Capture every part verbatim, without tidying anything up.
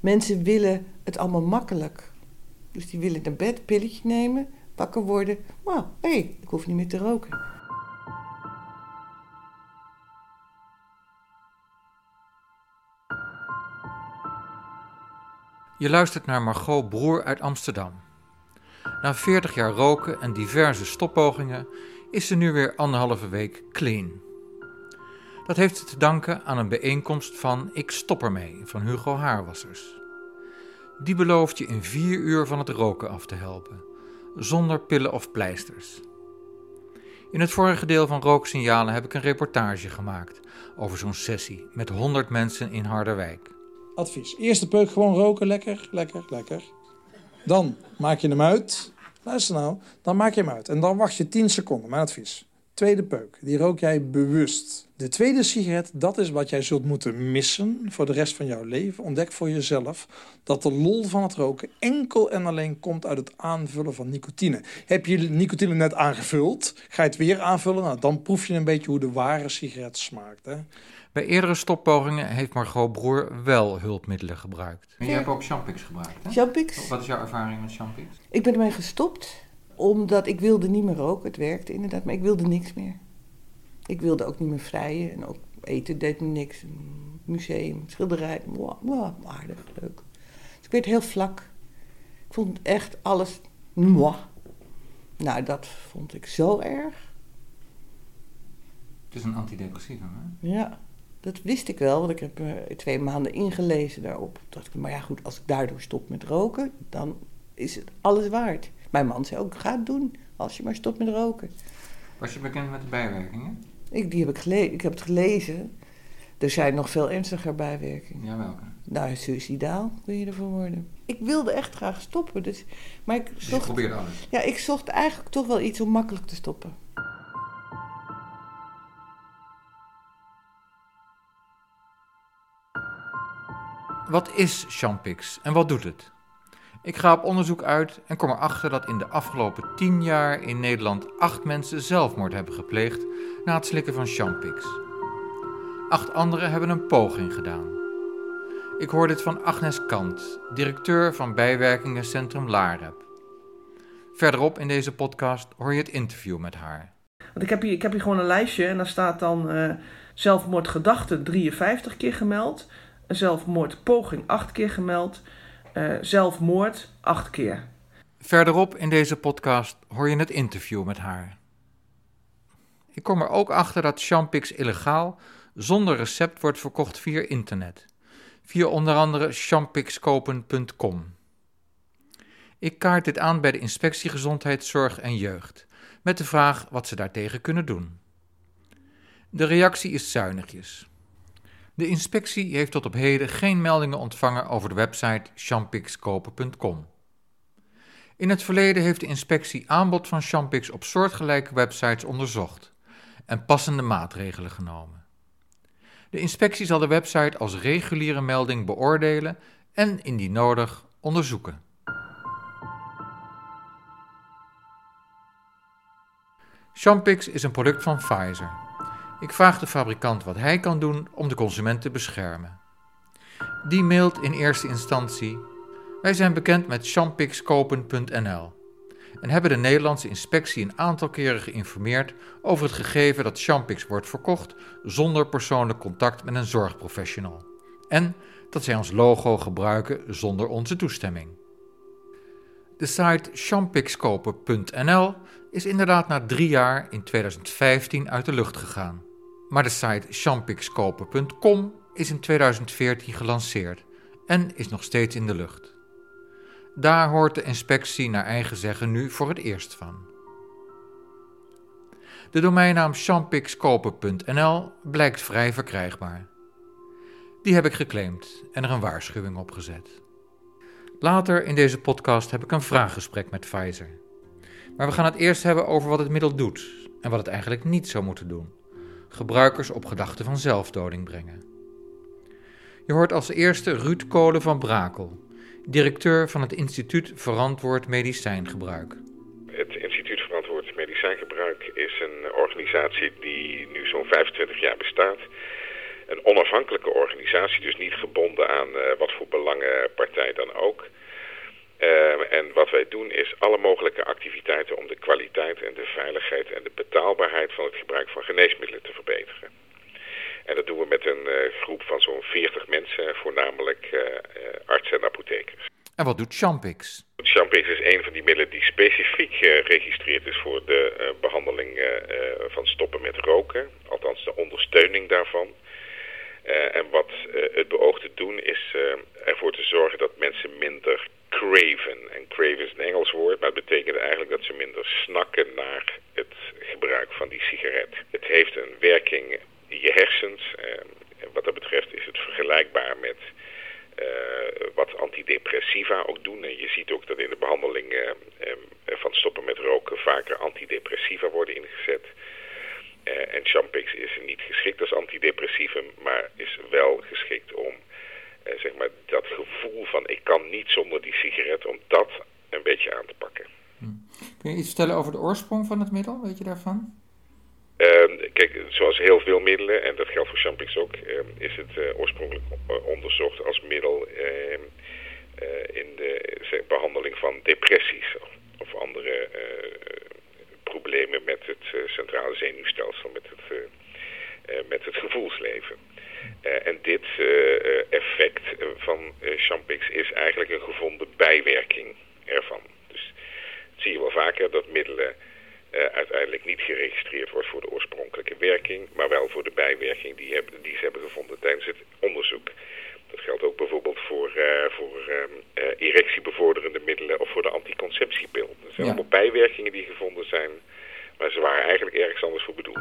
Mensen willen het allemaal makkelijk. Dus die willen naar bed, pilletje nemen, wakker worden. Nou, hé, hey, ik hoef niet meer te roken. Je luistert naar Margot Broer uit Amsterdam. Na veertig jaar roken en diverse stoppogingen is ze nu weer anderhalve week clean. Dat heeft ze te danken aan een bijeenkomst van Ik Stop Ermee van Hugo Haarwassers. Die belooft je in vier uur van het roken af te helpen, zonder pillen of pleisters. In het vorige deel van Rooksignalen heb ik een reportage gemaakt over zo'n sessie met honderd mensen in Harderwijk. Advies. Eerste peuk gewoon roken. Lekker, lekker, lekker. Dan maak je hem uit. Luister nou. Dan maak je hem uit. En dan wacht je tien seconden. Mijn advies. Tweede peuk. Die rook jij bewust. De tweede sigaret, dat is wat jij zult moeten missen voor de rest van jouw leven. Ontdek voor jezelf dat de lol van het roken enkel en alleen komt uit het aanvullen van nicotine. Heb je nicotine net aangevuld, ga je het weer aanvullen, nou, dan proef je een beetje hoe de ware sigaret smaakt. Hè? Bij eerdere stoppogingen heeft Margot Broer wel hulpmiddelen gebruikt. En je hebt ook Champix gebruikt, hè? Champix? Wat is jouw ervaring met Champix? Ik ben ermee gestopt, omdat ik wilde niet meer roken. Het werkte inderdaad, maar ik wilde niks meer. Ik wilde ook niet meer vrijen en ook eten deed me niks. Een museum, schilderij, wow, wow, aardig, leuk. Dus ik werd heel vlak. Ik vond echt alles, mwah. Nou, dat vond ik zo erg. Het is een antidepressivum, hè? Ja, dat wist ik wel, want ik heb er twee maanden ingelezen daarop. Toen dacht ik, maar ja goed, als ik daardoor stop met roken, dan is het alles waard. Mijn man zei ook, ga het doen, als je maar stopt met roken. Was je bekend met de bijwerkingen? Ik, die heb ik, gele- ik heb het gelezen. Er zijn nog veel ernstiger bijwerkingen. Ja, welke? Nou, suicidaal kun je ervoor worden. Ik wilde echt graag stoppen. Dus, maar ik Dus zocht, je probeerde alles? ja, ik zocht eigenlijk toch wel iets om makkelijk te stoppen. Wat is Champix en wat doet het? Ik ga op onderzoek uit en kom erachter dat in de afgelopen tien jaar in Nederland acht mensen zelfmoord hebben gepleegd na het slikken van Champix. Acht anderen hebben een poging gedaan. Ik hoor dit van Agnes Kant, directeur van bijwerkingencentrum Lareb. Verderop in deze podcast hoor je het interview met haar. Want ik heb hier, ik heb hier gewoon een lijstje en daar staat dan uh, zelfmoordgedachte drieënvijftig keer gemeld, zelfmoordpoging acht keer gemeld, uh, zelfmoord acht keer. Verderop in deze podcast hoor je het interview met haar. Ik kom er ook achter dat Champix illegaal zonder recept wordt verkocht via internet. Via onder andere champixkopen punt com. Ik kaart dit aan bij de Inspectie Gezondheidszorg en Jeugd, met de vraag wat ze daartegen kunnen doen. De reactie is zuinigjes. De inspectie heeft tot op heden geen meldingen ontvangen over de website champixkopen punt com. In het verleden heeft de inspectie aanbod van Champix op soortgelijke websites onderzocht en passende maatregelen genomen. De inspectie zal de website als reguliere melding beoordelen en, indien nodig, onderzoeken. Champix is een product van Pfizer. Ik vraag de fabrikant wat hij kan doen om de consument te beschermen. Die mailt in eerste instantie: wij zijn bekend met champixkopen punt n l en hebben de Nederlandse inspectie een aantal keren geïnformeerd over het gegeven dat Champix wordt verkocht zonder persoonlijk contact met een zorgprofessional en dat zij ons logo gebruiken zonder onze toestemming. De site champixkopen punt n l is inderdaad na drie jaar in tweeduizend vijftien uit de lucht gegaan. Maar de site champixkopen punt com is in tweeduizend veertien gelanceerd en is nog steeds in de lucht. Daar hoort de inspectie naar eigen zeggen nu voor het eerst van. De domeinnaam champixkopen punt n l blijkt vrij verkrijgbaar. Die heb ik geclaimd en er een waarschuwing op gezet. Later in deze podcast heb ik een vraaggesprek met Pfizer. Maar we gaan het eerst hebben over wat het middel doet en wat het eigenlijk niet zou moeten doen. Gebruikers op gedachten van zelfdoding brengen. Je hoort als eerste Ruud Kolen van Brakel, directeur van het Instituut Verantwoord Medicijngebruik. Het Instituut Verantwoord Medicijngebruik is een organisatie die nu zo'n vijfentwintig jaar bestaat. een onafhankelijke organisatie, dus niet gebonden aan uh, wat voor belangenpartij dan ook. Uh, en wat wij doen is alle mogelijke activiteiten om de kwaliteit en de veiligheid en de betaalbaarheid van het gebruik van geneesmiddelen te verbeteren. En dat doen we met een uh, groep van zo'n veertig mensen, voornamelijk uh, uh, artsen en apothekers. En wat doet Champix? Champix is een van die middelen die specifiek geregistreerd is voor de uh, behandeling uh, uh, van stoppen met roken. Althans de ondersteuning daarvan. Uh, en wat uh, het beoogt te doen is uh, ervoor te zorgen dat mensen minder craven. En craven is een Engels woord, maar het betekent eigenlijk dat ze minder snakken naar het gebruik van die sigaret. Het heeft een werking in je hersens. Uh, en wat dat betreft is het vergelijkbaar met Uh, wat antidepressiva ook doen. En je ziet ook dat in de behandeling uh, um, van stoppen met roken vaker antidepressiva worden ingezet. Uh, en Champix is niet geschikt als antidepressivum, maar is wel geschikt om uh, zeg maar dat gevoel van ik kan niet zonder die sigaret, om dat een beetje aan te pakken. Hm. Kun je iets vertellen over de oorsprong van het middel? Weet je daarvan? Uh, kijk, zoals heel veel middelen, en dat geldt voor Champix ook, uh, is het uh, oorspronkelijk onderzocht als middel uh, uh, in de uh, behandeling van depressies of, of andere uh, problemen met het uh, centrale zenuwstelsel, met het, uh, uh, met het gevoelsleven. Uh, en dit uh, effect van uh, Champix is eigenlijk een gevonden bijwerking ervan. Dus dat zie je wel vaker, dat middelen Uh, uiteindelijk niet geregistreerd wordt voor de oorspronkelijke werking, maar wel voor de bijwerking die, hebben, die ze hebben gevonden tijdens het onderzoek. Dat geldt ook bijvoorbeeld voor, uh, voor uh, uh, erectiebevorderende middelen of voor de anticonceptiepil. Er zijn ja. allemaal bijwerkingen die gevonden zijn, maar ze waren eigenlijk ergens anders voor bedoeld.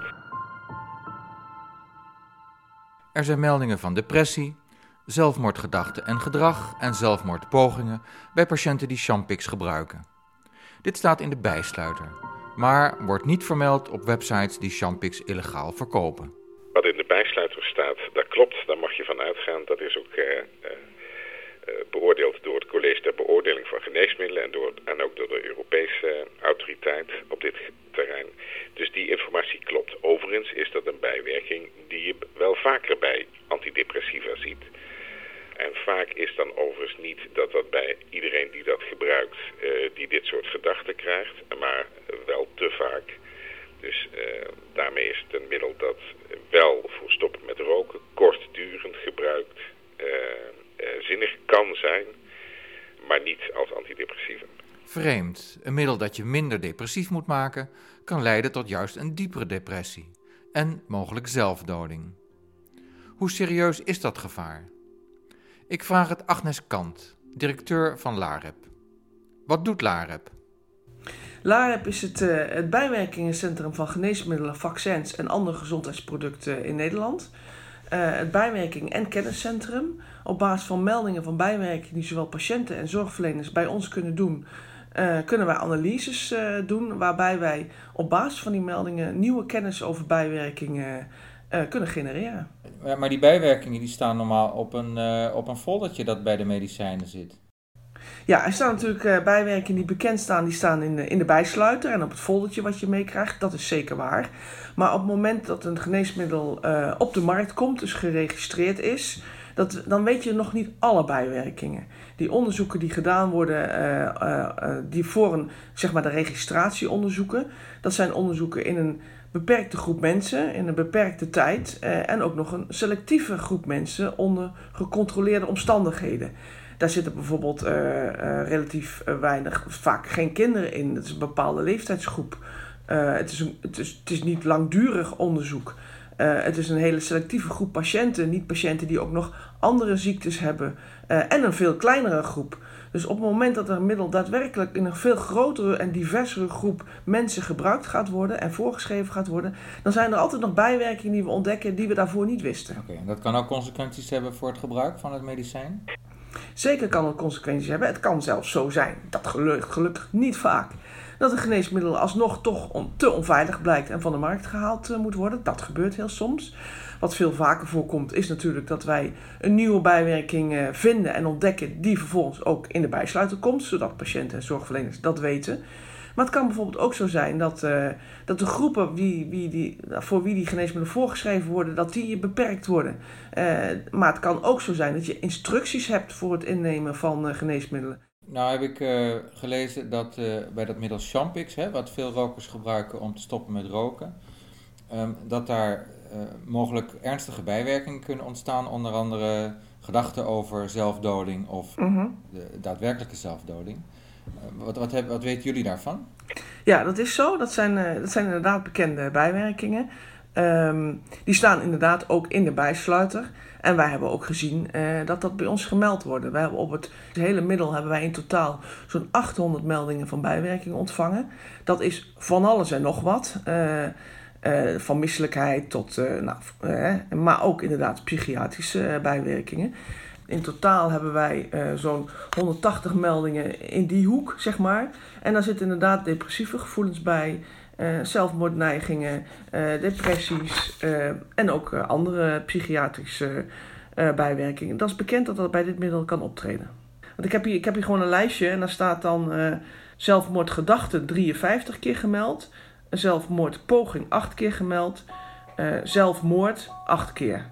Er zijn meldingen van depressie, zelfmoordgedachten en gedrag en zelfmoordpogingen bij patiënten die Champix gebruiken. Dit staat in de bijsluiter, maar wordt niet vermeld op websites die Champix illegaal verkopen. Wat in de bijsluiter staat, dat klopt, daar mag je van uitgaan. Dat is ook uh, uh, beoordeeld door het College ter Beoordeling van Geneesmiddelen en, door, en ook door de Europese autoriteit op dit terrein. Dus die informatie klopt. Overigens is dat een bijwerking die je wel vaker bij antidepressiva ziet. En vaak is dan overigens niet dat dat bij iedereen die dat gebruikt, uh, die dit soort gedachten krijgt, maar wel te vaak. Dus uh, daarmee is het een middel dat wel voor stoppen met roken, kortdurend gebruikt, uh, uh, zinnig kan zijn, maar niet als antidepressivum. Vreemd, een middel dat je minder depressief moet maken, kan leiden tot juist een diepere depressie en mogelijk zelfdoding. Hoe serieus is dat gevaar? Ik vraag het Agnes Kant, directeur van LAREP. Wat doet LAREP? LAREP is het, uh, het bijwerkingencentrum van geneesmiddelen, vaccins en andere gezondheidsproducten in Nederland. Uh, het bijwerking- en kenniscentrum. Op basis van meldingen van bijwerkingen die zowel patiënten en zorgverleners bij ons kunnen doen, uh, kunnen wij analyses uh, doen waarbij wij op basis van die meldingen nieuwe kennis over bijwerkingen uh, kunnen genereren. Ja, maar die bijwerkingen die staan normaal op een, uh, op een foldertje dat bij de medicijnen zit. Ja, er staan natuurlijk uh, bijwerkingen die bekend staan, die staan in de, in de bijsluiter en op het foldertje wat je meekrijgt, dat is zeker waar. Maar op het moment dat een geneesmiddel uh, op de markt komt, dus geregistreerd is, dat, dan weet je nog niet alle bijwerkingen. Die onderzoeken die gedaan worden, uh, uh, uh, die voor een, zeg maar de registratieonderzoeken, dat zijn onderzoeken in een beperkte groep mensen, in een beperkte tijd uh, en ook nog een selectieve groep mensen onder gecontroleerde omstandigheden. Daar zitten bijvoorbeeld uh, uh, relatief uh, weinig, vaak geen kinderen in. Het is een bepaalde leeftijdsgroep. Uh, het, is een, het, is, het is niet langdurig onderzoek. Uh, het is een hele selectieve groep patiënten. Niet patiënten die ook nog andere ziektes hebben. Uh, en een veel kleinere groep. Dus op het moment dat er een middel daadwerkelijk in een veel grotere en diversere groep mensen gebruikt gaat worden en voorgeschreven gaat worden, dan zijn er altijd nog bijwerkingen die we ontdekken die we daarvoor niet wisten. Oké, en dat kan ook consequenties hebben voor het gebruik van het medicijn? Zeker kan het consequenties hebben. Het kan zelfs zo zijn, dat gelukkig, gelukkig niet vaak, dat een geneesmiddel alsnog toch on, te onveilig blijkt en van de markt gehaald uh, moet worden. Dat gebeurt heel soms. Wat veel vaker voorkomt is natuurlijk dat wij een nieuwe bijwerking uh, vinden en ontdekken die vervolgens ook in de bijsluiter komt, zodat patiënten en zorgverleners dat weten. Maar het kan bijvoorbeeld ook zo zijn dat, uh, dat de groepen wie, wie die, voor wie die geneesmiddelen voorgeschreven worden, dat die beperkt worden. Uh, maar het kan ook zo zijn dat je instructies hebt voor het innemen van uh, geneesmiddelen. Nou heb ik uh, gelezen dat uh, bij dat middel Champix, hè, wat veel rokers gebruiken om te stoppen met roken, um, dat daar uh, mogelijk ernstige bijwerkingen kunnen ontstaan, onder andere gedachten over zelfdoding of mm-hmm. de daadwerkelijke zelfdoding. Uh, wat, wat, heb, wat weten jullie daarvan? Ja, dat is zo. Dat zijn, uh, dat zijn inderdaad bekende bijwerkingen. Um, die staan inderdaad ook in de bijsluiter. En wij hebben ook gezien uh, dat dat bij ons gemeld wordt. Wij hebben op het hele middel hebben wij in totaal zo'n achthonderd meldingen van bijwerkingen ontvangen. Dat is van alles en nog wat. Uh, uh, van misselijkheid tot, uh, nou, uh, maar ook inderdaad psychiatrische uh, bijwerkingen. In totaal hebben wij uh, zo'n honderdtachtig meldingen in die hoek, zeg maar. En daar zitten inderdaad depressieve gevoelens bij. Uh, zelfmoordneigingen, uh, depressies uh, en ook uh, andere psychiatrische uh, bijwerkingen. Dat is bekend dat dat bij dit middel kan optreden. Want ik heb hier, ik heb hier gewoon een lijstje en daar staat dan uh, zelfmoordgedachte drieënvijftig keer gemeld, zelfmoordpoging acht keer gemeld, uh, zelfmoord acht keer.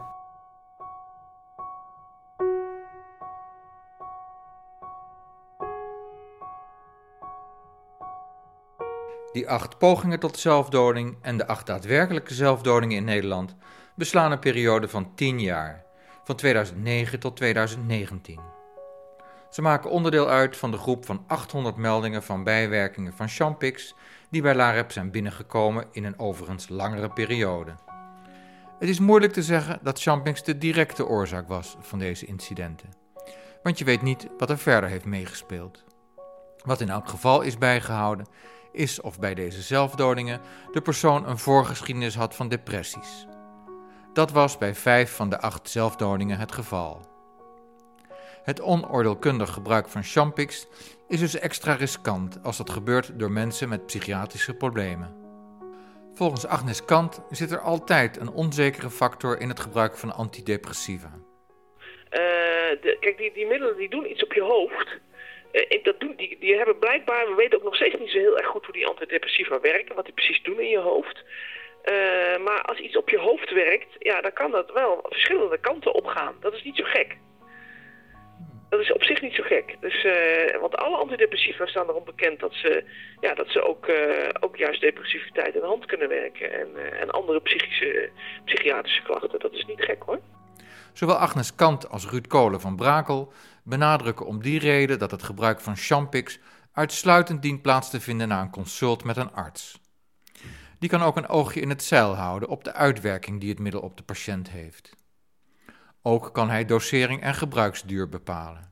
Die acht pogingen tot zelfdoding en de acht daadwerkelijke zelfdodingen in Nederland beslaan een periode van tien jaar, van tweeduizend negen tot tweeduizend negentien. Ze maken onderdeel uit van de groep van achthonderd meldingen van bijwerkingen van Champix die bij LAREP zijn binnengekomen in een overigens langere periode. Het is moeilijk te zeggen dat Champix de directe oorzaak was van deze incidenten, want je weet niet wat er verder heeft meegespeeld. Wat in elk geval is bijgehouden, is of bij deze zelfdodingen de persoon een voorgeschiedenis had van depressies. Dat was bij vijf van de acht zelfdodingen het geval. Het onoordeelkundig gebruik van Champix is dus extra riskant als dat gebeurt door mensen met psychiatrische problemen. Volgens Agnes Kant zit er altijd een onzekere factor in het gebruik van antidepressiva. Uh, de, kijk, die, die middelen die doen iets op je hoofd. Uh, dat doen, die, die hebben blijkbaar, we weten ook nog steeds niet zo heel erg goed hoe die antidepressiva werken, wat die precies doen in je hoofd. Uh, maar als iets op je hoofd werkt, ja, dan kan dat wel verschillende kanten opgaan. Dat is niet zo gek. Dat is op zich niet zo gek. Dus, uh, want alle antidepressiva staan erom bekend dat ze, ja, dat ze ook, uh, ook juist depressiviteit in de hand kunnen werken. En, uh, en andere psychische, psychiatrische klachten. Dat is niet gek hoor. Zowel Agnes Kant als Ruud Kolen van Brakel benadrukken om die reden dat het gebruik van Champix uitsluitend dient plaats te vinden na een consult met een arts. Die kan ook een oogje in het zeil houden op de uitwerking die het middel op de patiënt heeft. Ook kan hij dosering en gebruiksduur bepalen.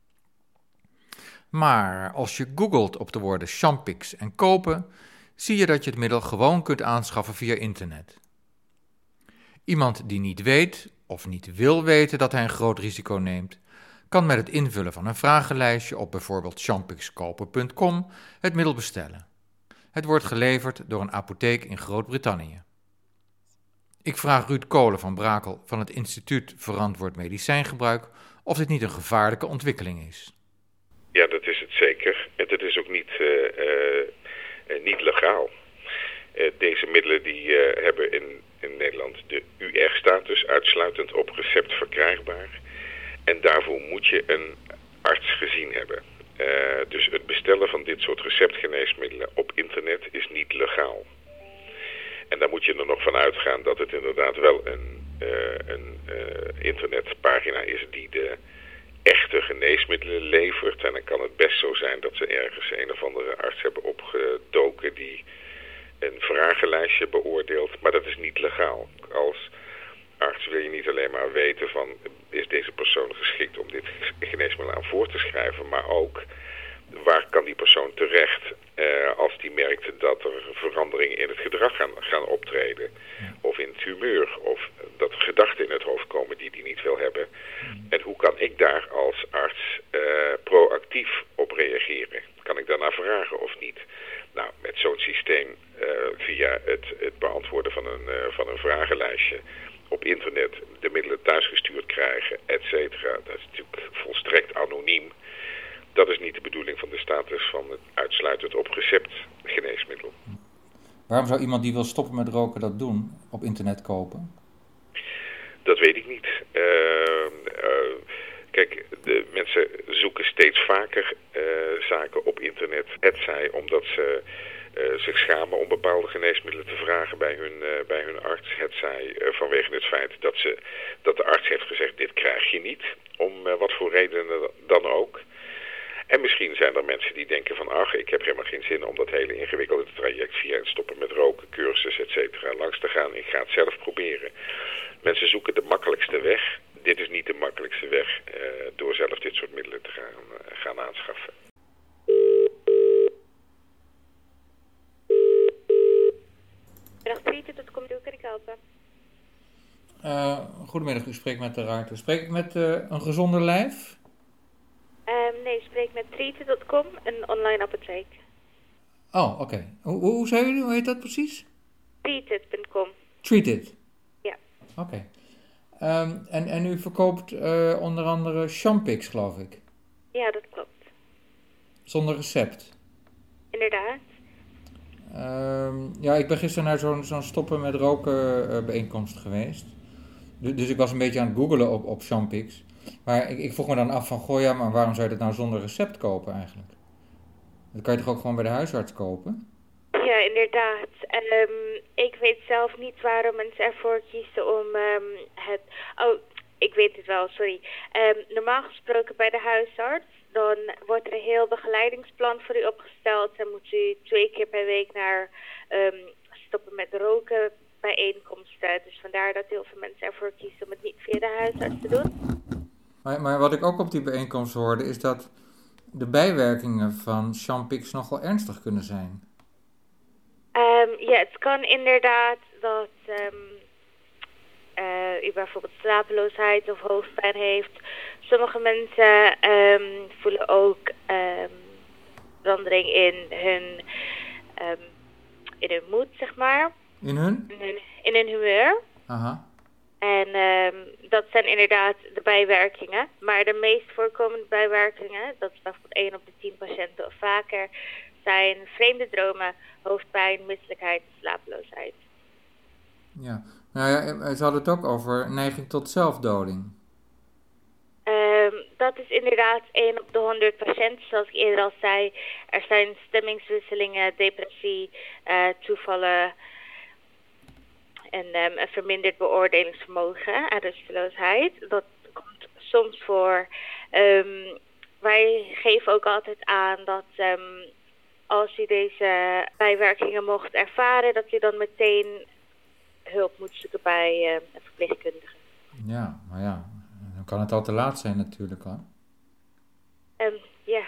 Maar als je googelt op de woorden Champix en kopen, zie je dat je het middel gewoon kunt aanschaffen via internet. Iemand die niet weet of niet wil weten dat hij een groot risico neemt, kan met het invullen van een vragenlijstje op bijvoorbeeld champix kopen punt com het middel bestellen. Het wordt geleverd door een apotheek in Groot-Brittannië. Ik vraag Ruud Kolen van Brakel van het Instituut Verantwoord Medicijngebruik of dit niet een gevaarlijke ontwikkeling is. Ja, dat is het zeker. En het is ook niet, uh, uh, niet legaal. Uh, deze middelen die uh, hebben in, in Nederland de U R-status, uitsluitend op recept verkrijgbaar. En daarvoor moet je een arts gezien hebben. Uh, dus het bestellen van dit soort receptgeneesmiddelen op internet is niet legaal. En daar moet je er nog van uitgaan dat het inderdaad wel een, uh, een uh, internetpagina is die de echte geneesmiddelen levert. En dan kan het best zo zijn dat ze ergens een of andere arts hebben opgedoken die een vragenlijstje beoordeelt. Maar dat is niet legaal. Als arts wil je niet alleen maar weten van, is deze persoon geschikt om dit geneesmiddel aan voor te schrijven, maar ook waar kan die persoon terecht uh, als die merkt dat er veranderingen in het gedrag gaan, gaan optreden. Ja. Of in het humeur, of dat er gedachten in het hoofd komen die die niet wil hebben. Mm. En hoe kan ik daar als arts uh, proactief op reageren? Kan ik daarnaar vragen of niet? Nou, met zo'n systeem uh, via het, het beantwoorden van een, uh, van een vragenlijstje op internet de middelen thuisgestuurd krijgen, et cetera. Dat is natuurlijk volstrekt anoniem. dat is niet de bedoeling van de status van het uitsluitend op recept geneesmiddel. Waarom zou iemand die wil stoppen met roken dat doen, op internet kopen? Dat weet ik niet. Uh, uh, kijk, de mensen zoeken steeds vaker uh, zaken op internet. Hetzij omdat ze uh, zich schamen om bepaalde geneesmiddelen te vragen bij hun, uh, bij hun arts. Hetzij uh, vanwege het feit dat, ze, dat de arts heeft gezegd, dit krijg je niet. Om uh, wat voor redenen dan ook. En misschien zijn er mensen die denken van, ach, ik heb helemaal geen zin om dat hele ingewikkelde traject via het stoppen met roken, cursus, et cetera, langs te gaan. Ik ga het zelf proberen. Mensen zoeken de makkelijkste weg. Dit is niet de makkelijkste weg uh, door zelf dit soort middelen te gaan, uh, gaan aanschaffen. Dag Treated, dat komt hoe kan ik helpen? Uh, goedemiddag, u spreekt met de Ruiter. Spreek ik met uh, een gezonder lijf? Um, nee, ik spreek met Treated punt com, een online apotheek. Oh, oké. Okay. Hoe, hoe zei u, hoe heet dat precies? Treated punt com. Treated? Ja. Oké. Okay. Um, en, en u verkoopt uh, onder andere Champix, geloof ik? Ja, dat klopt. Zonder recept? Inderdaad. Um, ja, ik ben gisteren naar zo'n, zo'n stoppen met roken uh, bijeenkomst geweest. Dus, dus ik was een beetje aan het googlen op, op Champix. Maar ik, ik vroeg me dan af van, goh ja, maar waarom zou je dat nou zonder recept kopen eigenlijk? Dat kan je toch ook gewoon bij de huisarts kopen? Ja, inderdaad. Um, ik weet zelf niet waarom mensen ervoor kiezen om um, het... Oh, ik weet het wel, sorry. Um, normaal gesproken bij de huisarts, dan wordt er een heel begeleidingsplan voor u opgesteld. En moet u twee keer per week naar um, stoppen met roken bijeenkomsten. Dus vandaar dat heel veel mensen ervoor kiezen om het niet via de huisarts te doen. Maar, maar wat ik ook op die bijeenkomst hoorde, is dat de bijwerkingen van Champix nogal ernstig kunnen zijn. Um, ja, het kan inderdaad dat um, uh, u bijvoorbeeld slapeloosheid of hoofdpijn heeft. Sommige mensen um, voelen ook um, verandering in hun, um, in hun moed, zeg maar. In hun? In hun, in hun humeur. Aha. En um, dat zijn inderdaad de bijwerkingen. Maar de meest voorkomende bijwerkingen, dat is bijvoorbeeld één op de tien patiënten of vaker, zijn vreemde dromen, hoofdpijn, misselijkheid en slapeloosheid. Ja, nou ja, ze hadden het ook over neiging tot zelfdoding. Um, dat is inderdaad één op de honderd patiënten, zoals ik eerder al zei. Er zijn stemmingswisselingen, depressie, uh, toevallen en um, een verminderd beoordelingsvermogen en rusteloosheid. Dat komt soms voor. Um, wij geven ook altijd aan dat um, als u deze bijwerkingen mocht ervaren, dat u dan meteen hulp moet zoeken bij uh, een verpleegkundige. Ja, maar ja, dan kan het al te laat zijn natuurlijk hoor. Um, ja.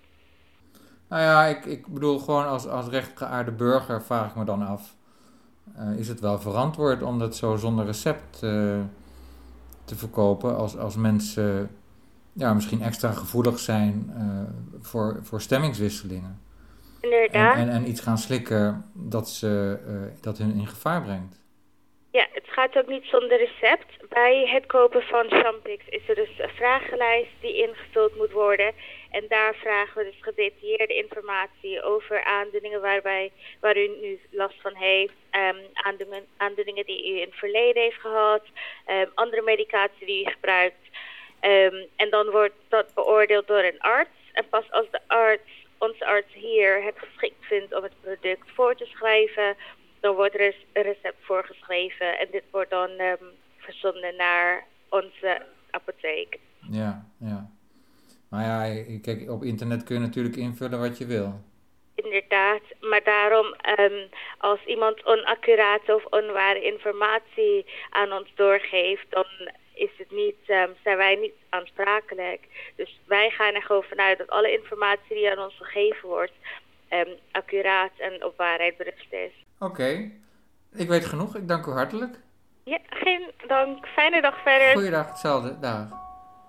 Nou ja, ik, ik bedoel gewoon als, als rechtgeaarde burger vraag ik me dan af. Uh, is het wel verantwoord om dat zo zonder recept uh, te verkopen als, als mensen ja, misschien extra gevoelig zijn uh, voor, voor stemmingswisselingen? Inderdaad. En, en, en iets gaan slikken dat, ze, uh, dat hun in gevaar brengt. Ja, het gaat ook niet zonder recept. Bij het kopen van Champix is er dus een vragenlijst die ingevuld moet worden. En daar vragen we dus gedetailleerde informatie over aandoeningen waarbij, waar u nu last van heeft. Um, aandoeningen, aandoeningen die u in het verleden heeft gehad. Um, andere medicatie die u gebruikt. Um, en dan wordt dat beoordeeld door een arts. En pas als de arts, onze arts hier, het geschikt vindt om het product voor te schrijven, dan wordt er een recept voorgeschreven. En dit wordt dan um, verzonden naar onze apotheek. Ja, ja. Maar ja, kijk, op internet kun je natuurlijk invullen wat je wil. Inderdaad, maar daarom um, als iemand onaccurate of onware informatie aan ons doorgeeft, dan is het niet, um, zijn wij niet aansprakelijk. Dus wij gaan er gewoon vanuit dat alle informatie die aan ons gegeven wordt, um, accuraat en op waarheid berust is. Oké, okay. Ik weet genoeg. Ik dank u hartelijk. Ja, geen dank. Fijne dag verder. Goeiedag, hetzelfde. Dag.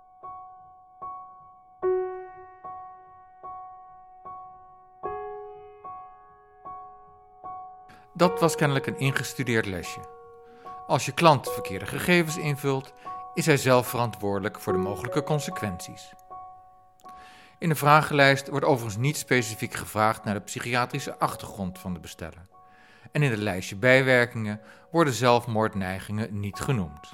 Dat was kennelijk een ingestudeerd lesje. Als je klant verkeerde gegevens invult, is hij zelf verantwoordelijk voor de mogelijke consequenties. In de vragenlijst wordt overigens niet specifiek gevraagd naar de psychiatrische achtergrond van de besteller. En in het lijstje bijwerkingen worden zelfmoordneigingen niet genoemd.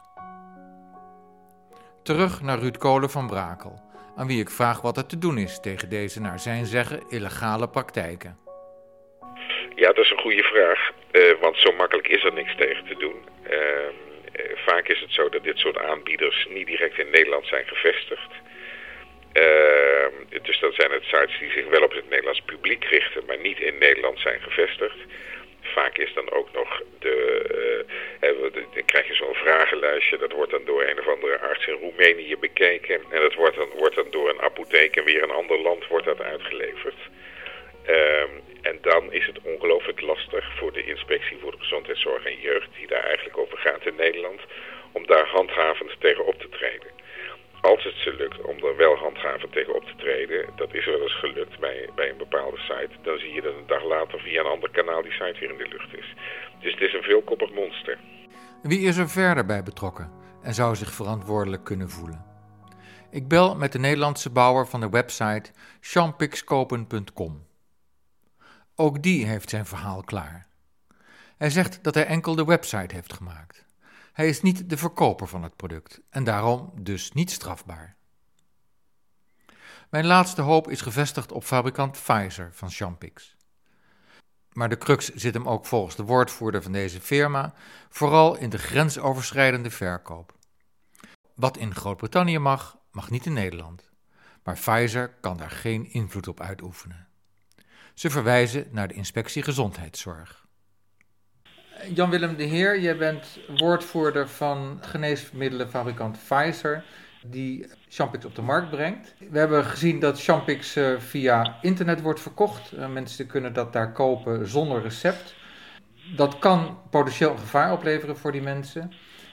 Terug naar Ruud Kolen van Brakel, aan wie ik vraag wat er te doen is tegen deze naar zijn zeggen illegale praktijken. Ja, dat is een goede vraag, uh, want zo makkelijk is er niks tegen te doen. Uh, uh, vaak is het zo dat dit soort aanbieders niet direct in Nederland zijn gevestigd. Uh, dus dat zijn het sites die zich wel op het Nederlands publiek richten, maar niet in Nederland zijn gevestigd. Vaak is dan ook nog de, uh, dan krijg je zo'n vragenlijstje, dat wordt dan door een of andere arts in Roemenië bekeken. En dat wordt dan, wordt dan door een apotheek in weer een ander land wordt dat uitgeleverd. Um, en dan is het ongelooflijk lastig voor de Inspectie voor de Gezondheidszorg en Jeugd, die daar eigenlijk over gaat in Nederland, om daar handhavend tegen op te treden. Als het ze lukt om er wel handhavend tegen op te treden, dat is wel eens gelukt bij, bij een bepaalde site, dan zie je dat een dag later via een ander kanaal die site weer in de lucht is. Dus het is een veelkoppig monster. Wie is er verder bij betrokken en zou zich verantwoordelijk kunnen voelen? Ik bel met de Nederlandse bouwer van de website champixkopen punt com. Ook die heeft zijn verhaal klaar. Hij zegt dat hij enkel de website heeft gemaakt. Hij is niet de verkoper van het product en daarom dus niet strafbaar. Mijn laatste hoop is gevestigd op fabrikant Pfizer van Champix. Maar de crux zit hem ook volgens de woordvoerder van deze firma vooral in de grensoverschrijdende verkoop. Wat in Groot-Brittannië mag, mag niet in Nederland. Maar Pfizer kan daar geen invloed op uitoefenen. Ze verwijzen naar de Inspectie Gezondheidszorg. Jan-Willem de Heer, jij bent woordvoerder van geneesmiddelenfabrikant Pfizer, die Champix op de markt brengt. We hebben gezien dat Champix uh, via internet wordt verkocht. Uh, mensen kunnen dat daar kopen zonder recept. Dat kan potentieel een gevaar opleveren voor die mensen.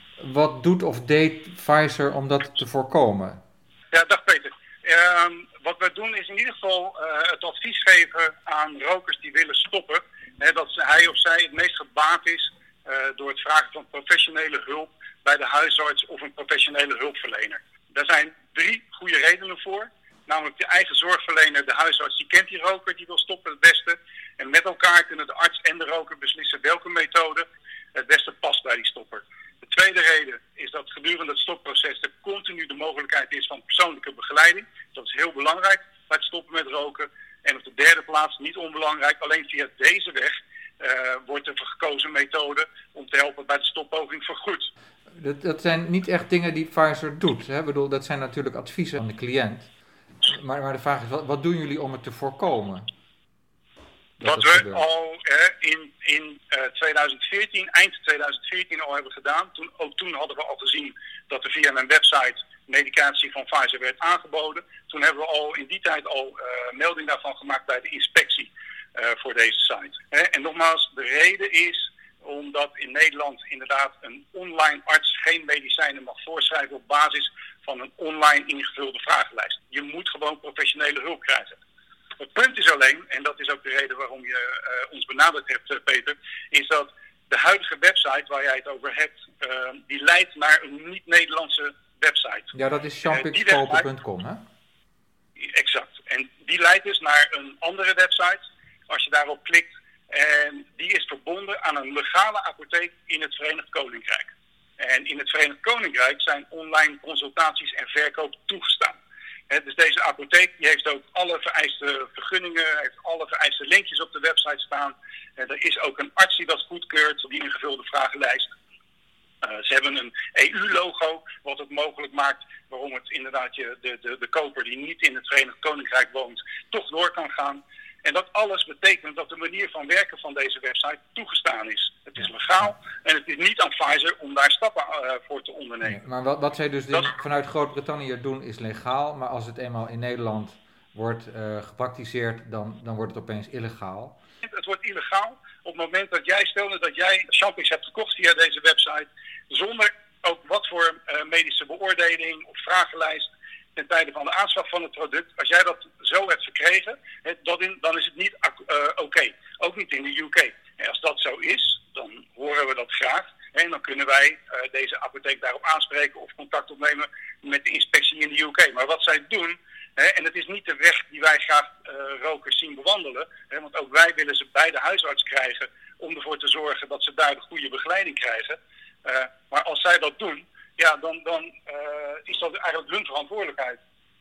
Wat doet of deed Pfizer om dat te voorkomen? Ja, dag Peter. Uh, wat we doen is in ieder geval uh, het advies geven aan rokers die willen stoppen. Hè, dat hij of zij het meest gebaat is uh, door het vragen van professionele hulp bij de huisarts of een professionele hulpverlener. Daar zijn drie goede redenen voor. Namelijk de eigen zorgverlener, de huisarts, die kent die roker, die wil stoppen het beste. En met elkaar kunnen de arts en de roker beslissen welke methode het beste past bij die stopper. De tweede reden is dat gedurende het stopproces er continu de mogelijkheid is van persoonlijke begeleiding. Dat is heel belangrijk bij het stoppen met roken. En op de derde plaats, niet onbelangrijk, alleen via deze weg uh, wordt de gekozen methode om te helpen bij de stoppoging vergoed. Dat, dat zijn niet echt dingen die Pfizer doet. Hè? Ik bedoel, dat zijn natuurlijk adviezen aan de cliënt. Maar, maar de vraag is, wat, wat doen jullie om het te voorkomen? Wat we gebeurt. al eh, in, in uh, tweeduizend veertien, eind tweeduizend veertien al hebben gedaan. Toen, ook toen hadden we al gezien dat er via een website medicatie van Pfizer werd aangeboden. Toen hebben we al in die tijd al uh, melding daarvan gemaakt bij de inspectie uh, voor deze site. Hè? En nogmaals, de reden is omdat in Nederland inderdaad een online arts geen medicijnen mag voorschrijven op basis van een online ingevulde vragenlijst. Je moet gewoon professionele hulp krijgen. Het punt is alleen, en dat is ook de reden waarom je uh, ons benaderd hebt, uh, Peter, is dat de huidige website waar jij het over hebt, uh, die leidt naar een niet-Nederlandse website. Ja, dat is champixkopen punt com, hè? Exact. En die leidt dus naar een andere website, als je daarop klikt, en die is verbonden aan een legale apotheek in het Verenigd Koninkrijk. En in het Verenigd Koninkrijk zijn online consultaties en verkoop toegestaan. He, dus deze apotheek die heeft ook alle vereiste vergunningen, heeft alle vereiste linkjes op de website staan. En er is ook een arts die dat goedkeurt, die ingevulde vragenlijst. Uh, ze hebben een E U-logo, wat het mogelijk maakt waarom het inderdaad je, de, de, de koper die niet in het Verenigd Koninkrijk woont, toch door kan gaan. En dat alles betekent dat de manier van werken van deze website toegestaan is. Het is legaal en het is niet aan Pfizer om daar stappen uh, voor te ondernemen. Nee, maar wat, wat zij dus dat... vanuit Groot-Brittannië doen is legaal, maar als het eenmaal in Nederland wordt uh, gepraktiseerd, dan, dan wordt het opeens illegaal. Het wordt illegaal op het moment dat jij stelde dat jij Champix hebt gekocht via deze website, zonder ook wat voor uh, medische beoordeling of vragenlijst ten tijde van de aanschaf van het product. Als jij dat zo hebt verkregen, he, dat in, dan is het niet uh, oké. Okay. Ook niet in de U K. En als dat zo is, dan horen we dat graag. En dan kunnen wij uh, deze apotheek daarop aanspreken of contact opnemen met de inspectie in de U K. Maar wat zij doen, hè, en het is niet de weg die wij graag uh, rokers zien bewandelen. Hè, want ook wij willen ze bij de huisarts krijgen om ervoor te zorgen dat ze daar de goede begeleiding krijgen. Uh, maar als zij dat doen, ja, dan, dan uh, is dat eigenlijk hun verantwoordelijkheid.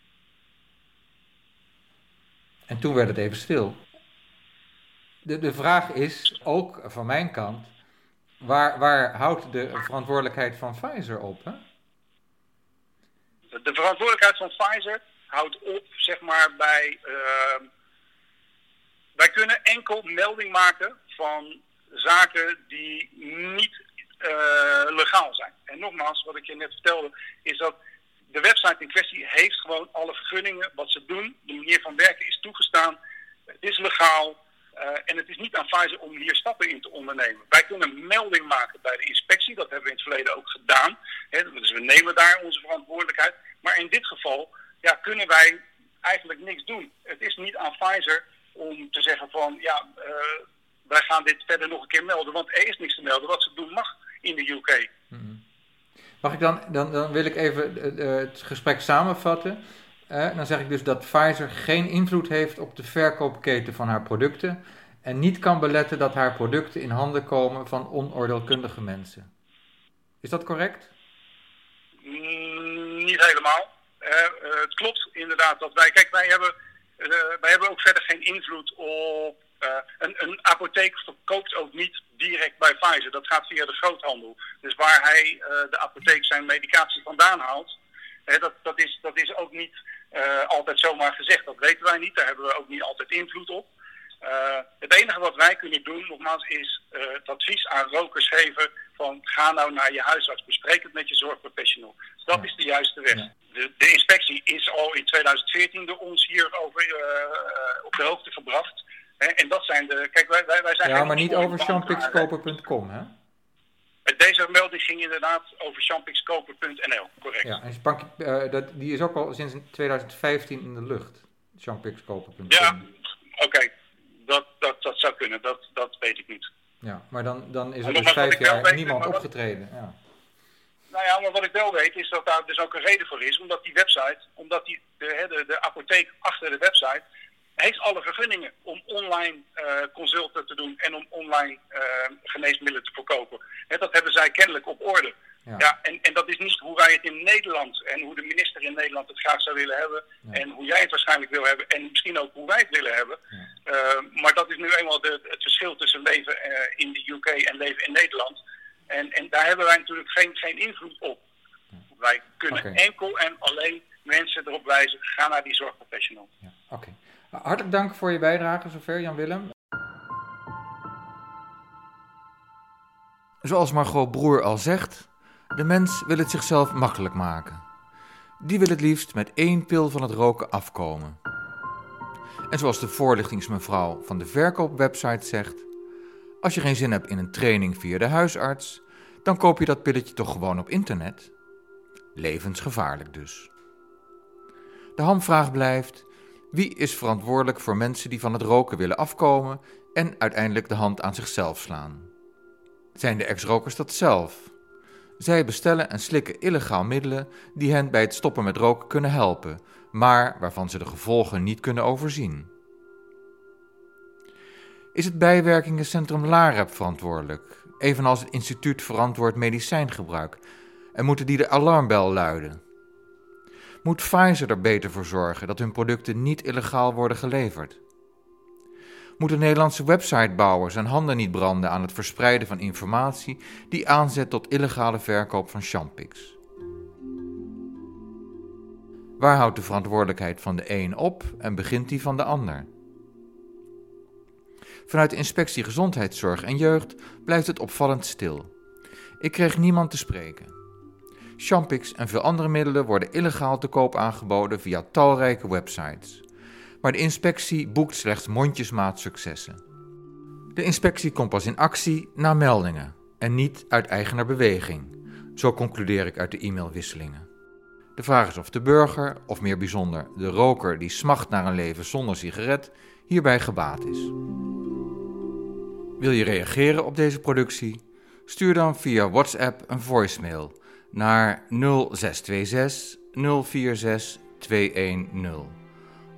En toen werd het even stil. De, de vraag is, ook van mijn kant, waar, waar houdt de verantwoordelijkheid van Pfizer op? Hè? De, de verantwoordelijkheid van Pfizer houdt op, zeg maar, bij... Uh, wij kunnen enkel melding maken van zaken die niet uh, legaal zijn. En nogmaals, wat ik je net vertelde, is dat de website in kwestie heeft gewoon alle vergunningen. Wat ze doen, de manier van werken is toegestaan. Het is legaal. Uh, en het is niet aan Pfizer om hier stappen in te ondernemen. Wij kunnen melding maken bij de inspectie. Dat hebben we in het verleden ook gedaan. He, dus we nemen daar onze verantwoordelijkheid. Maar in dit geval ja, kunnen wij eigenlijk niks doen. Het is niet aan Pfizer om te zeggen van... ja, uh, wij gaan dit verder nog een keer melden. Want er is niks te melden. Wat ze doen mag in de U K. Mm-hmm. Mag ik dan, dan, dan wil ik even uh, het gesprek samenvatten. Uh, dan zeg ik dus dat Pfizer geen invloed heeft op de verkoopketen van haar producten en niet kan beletten dat haar producten in handen komen van onoordeelkundige mensen. Is dat correct? Mm, niet helemaal. Uh, uh, het klopt inderdaad dat wij... Kijk, wij hebben, uh, wij hebben ook verder geen invloed op... Uh, een, een apotheek verkoopt ook niet direct bij Pfizer. Dat gaat via de groothandel. Dus waar hij uh, de apotheek zijn medicatie vandaan haalt... Hè, dat, dat, is, dat is ook niet uh, altijd zomaar gezegd. Dat weten wij niet. Daar hebben we ook niet altijd invloed op. Uh, het enige wat wij kunnen doen, nogmaals, is uh, het advies aan rokers geven van ga nou naar je huisarts, bespreek het met je zorgprofessional. Dus dat ja. is de juiste weg. Ja. De, de inspectie is al in twintig veertien door ons hierover uh, uh, op de hoogte gebracht. Hè, en dat zijn de... Kijk, wij, wij, wij zijn ja, maar niet over champixkoper punt com, hè? Deze melding ging inderdaad over champixkoper punt n l, correct. Ja, en Spank, uh, dat, die is ook al sinds twintig vijftien in de lucht, champixkoper punt com. Ja, oké. Okay. Dat, dat, dat zou kunnen, dat, dat weet ik niet. Ja, maar dan, dan is er dus vijf jaar weet, niemand wat, opgetreden. Ja. Nou ja, maar wat ik wel weet is dat daar dus ook een reden voor is. Omdat die website, omdat die, de, de, de apotheek achter de website heeft alle vergunningen om online uh, consulten te doen en om online uh, geneesmiddelen te verkopen. He, dat hebben zij kennelijk op orde. Ja. Ja, en, en dat is niet hoe wij het in Nederland en hoe de minister in Nederland het graag zou willen hebben. Ja. En hoe jij het waarschijnlijk wil hebben en misschien ook hoe wij het willen hebben. Ja. Uh, maar dat is nu eenmaal de, het verschil tussen leven uh, in de U K en leven in Nederland. En, en daar hebben wij natuurlijk geen, geen invloed op. Ja. Wij kunnen okay. enkel en alleen mensen erop wijzen, ga naar die zorgprofessional. Ja. Oké. Okay. Hartelijk dank voor je bijdrage zover, Jan-Willem. Zoals Margot Broer al zegt, de mens wil het zichzelf makkelijk maken. Die wil het liefst met één pil van het roken afkomen. En zoals de voorlichtingsmevrouw van de verkoopwebsite zegt, als je geen zin hebt in een training via de huisarts, dan koop je dat pilletje toch gewoon op internet. Levensgevaarlijk dus. De hamvraag blijft, wie is verantwoordelijk voor mensen die van het roken willen afkomen en uiteindelijk de hand aan zichzelf slaan? Zijn de ex-rokers dat zelf? Zij bestellen en slikken illegaal middelen die hen bij het stoppen met roken kunnen helpen, maar waarvan ze de gevolgen niet kunnen overzien. Is het bijwerkingencentrum LAREP verantwoordelijk, evenals het Instituut Verantwoord Medicijngebruik, en moeten die de alarmbel luiden? Moet Pfizer er beter voor zorgen dat hun producten niet illegaal worden geleverd? Moeten Nederlandse websitebouwers hun handen niet branden aan het verspreiden van informatie die aanzet tot illegale verkoop van Champix? Waar houdt de verantwoordelijkheid van de een op en begint die van de ander? Vanuit de Inspectie Gezondheidszorg en Jeugd blijft het opvallend stil. Ik kreeg niemand te spreken. Champix en veel andere middelen worden illegaal te koop aangeboden via talrijke websites. Maar de inspectie boekt slechts mondjesmaat successen. De inspectie komt pas in actie na meldingen en niet uit eigener beweging. Zo concludeer ik uit de e-mailwisselingen. De vraag is of de burger, of meer bijzonder de roker die smacht naar een leven zonder sigaret, hierbij gebaat is. Wil je reageren op deze productie? Stuur dan via WhatsApp een voicemail naar nul zes twee zes nul vier zes twee een nul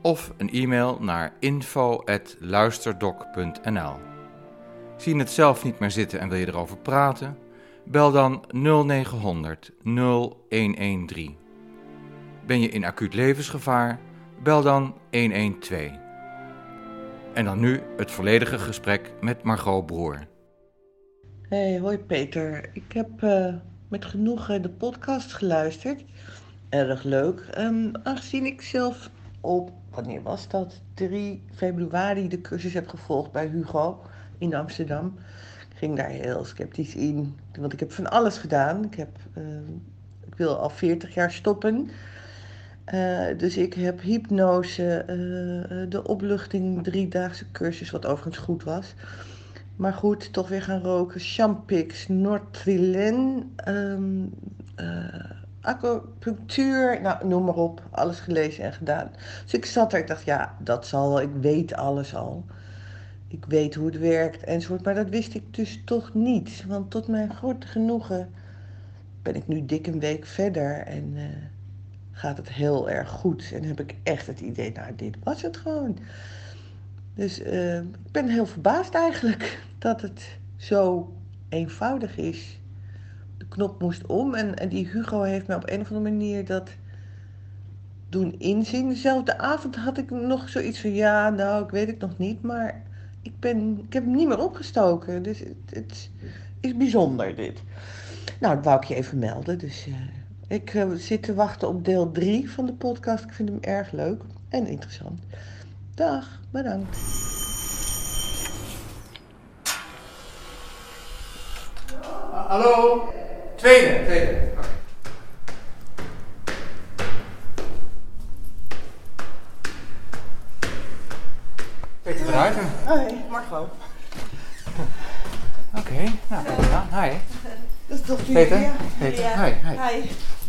of een e-mail naar info at luisterdoc punt n l. Zie je het zelf niet meer zitten en wil je erover praten? Bel dan nul negen honderd nul een een drie. Ben je in acuut levensgevaar? Bel dan een een twee. En dan nu het volledige gesprek met Margot Broer. Hey, hoi Peter. Ik heb uh, met genoegen de podcast geluisterd. Erg leuk. Um, aangezien ik zelf op, wanneer was dat? drie februari de cursus heb gevolgd bij Hugo in Amsterdam. Ik ging daar heel sceptisch in, want ik heb van alles gedaan. Ik, heb, uh, ik wil al veertig jaar stoppen. Uh, dus ik heb hypnose, uh, de opluchting, driedaagse cursus, wat overigens goed was. Maar goed, toch weer gaan roken. Champix, Nortrilin, um, uh, acupunctuur, nou noem maar op. Alles gelezen en gedaan. Dus ik zat er, ik dacht ja, dat zal wel, ik weet alles al. Ik weet hoe het werkt enzovoort. Maar dat wist ik dus toch niet. Want tot mijn grote genoegen ben ik nu dik een week verder en uh, gaat het heel erg goed. En heb ik echt het idee, nou dit was het gewoon. Dus uh, ik ben heel verbaasd eigenlijk dat het zo eenvoudig is. De knop moest om en, en die Hugo heeft me op een of andere manier dat doen inzien. Dezelfde avond had ik nog zoiets van, ja, nou, ik weet het nog niet, maar ik, ben, ik heb hem niet meer opgestoken. Dus het, het is bijzonder, dit. Nou, dat wou ik je even melden. Dus uh, ik uh, zit te wachten op deel drie van de podcast. Ik vind hem erg leuk en interessant. Dag, bedankt. Hallo? Tweede, tweede. Okay. Peter Druijven. Hoi, Margot. Oké, okay, nou, ja. Hi. Dat is toch Peter? Julia? Peter, Ja. hi, hi. Hi.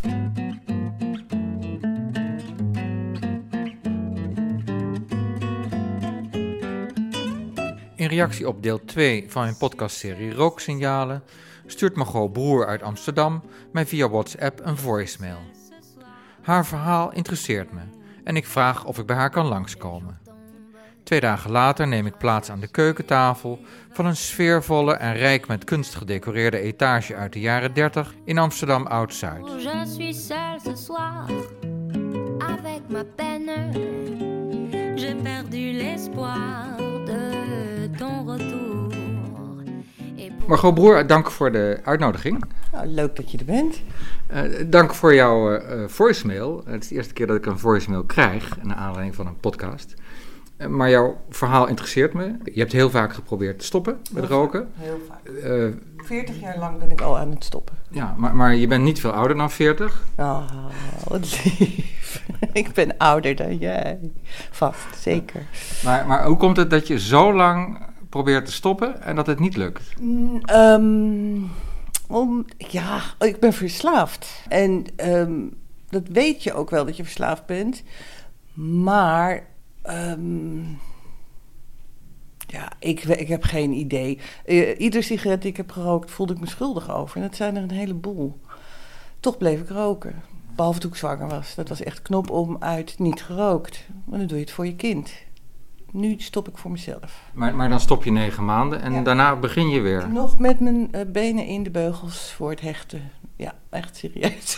In reactie op deel twee van mijn podcastserie Rooksignalen stuurt Margot Broer uit Amsterdam mij via WhatsApp een voicemail. Haar verhaal interesseert me en ik vraag of ik bij haar kan langskomen. Twee dagen later neem ik plaats aan de keukentafel van een sfeervolle en rijk met kunst gedecoreerde etage uit de jaren dertig in Amsterdam Oud-Zuid. Je suis seule ce soir avec ma peine. J'ai perdu l'espoir de ton retour. Margot Broer, dank voor de uitnodiging. Nou, leuk dat je er bent. Uh, dank voor jouw uh, voicemail. Het is de eerste keer dat ik een voicemail krijg naar aanleiding van een podcast. Uh, maar jouw verhaal interesseert me. Je hebt heel vaak geprobeerd te stoppen met heel roken. Vaak, heel vaak. Uh, veertig jaar lang ben ik al aan het stoppen. Ja, maar, maar je bent niet veel ouder dan veertig. Oh, wat lief. Ik ben ouder dan jij. Vast, zeker. Maar, maar hoe komt het dat je zo lang probeert te stoppen en dat het niet lukt? Mm, um, om, ja, ik ben verslaafd. En um, dat weet je ook wel dat je verslaafd bent. Maar um, ja, ik, ik heb geen idee. Uh, ieder sigaret die ik heb gerookt voelde ik me schuldig over. En dat zijn er een heleboel. Toch bleef ik roken. Behalve toen ik zwanger was. Dat was echt knop om uit niet gerookt. Maar dan doe je het voor je kind. Nu stop ik voor mezelf. Maar, maar dan stop je negen maanden en ja. Daarna begin je weer. Nog met mijn uh, benen in de beugels voor het hechten. Ja, echt serieus.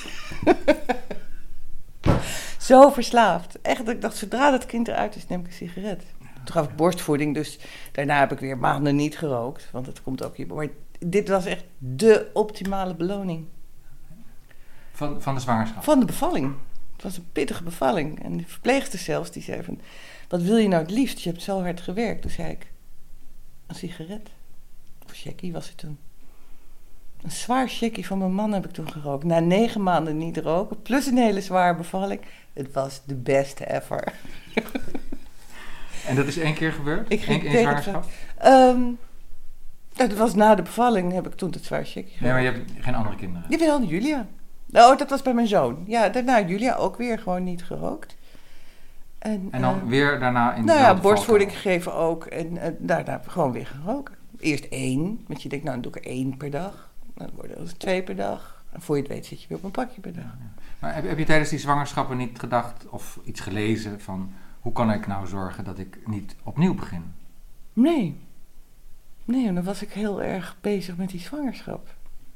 Zo verslaafd. Echt, ik dacht, zodra dat kind eruit is, neem ik een sigaret. Toen gaf ik borstvoeding, dus daarna heb ik weer maanden niet gerookt. Want het komt ook hier. Maar dit was echt de optimale beloning. Van, van de zwangerschap? Van de bevalling. Het was een pittige bevalling. En de verpleegster zelfs, die zei van, wat wil je nou het liefst? Je hebt zo hard gewerkt. Toen zei ik, een sigaret. Of checkie was het toen. Een zwaar checkie van mijn man heb ik toen gerookt. Na negen maanden niet roken, plus een hele zware bevalling. Het was de beste ever. En dat is één keer gebeurd? Ik ging Eén keer zwangerschap? Um, dat was na de bevalling, heb ik toen het zwaar checkie gerookt. Nee, maar je hebt geen andere kinderen? Jawel, Julia. Oh, dat was bij mijn zoon. Ja, daarna Julia ook weer gewoon niet gerookt. En, en dan uh, weer daarna in de Nou ja, borstvoeding gegeven ook. En uh, daarna gewoon weer geroken. Eerst één, want je denkt, nou dan doe ik er één per dag. Dan worden het twee per dag. En voor je het weet zit je weer op een pakje per dag. Ja, ja. Maar heb, heb je tijdens die zwangerschappen niet gedacht of iets gelezen van hoe kan ik nou zorgen dat ik niet opnieuw begin? Nee. Nee, dan was ik heel erg bezig met die zwangerschap.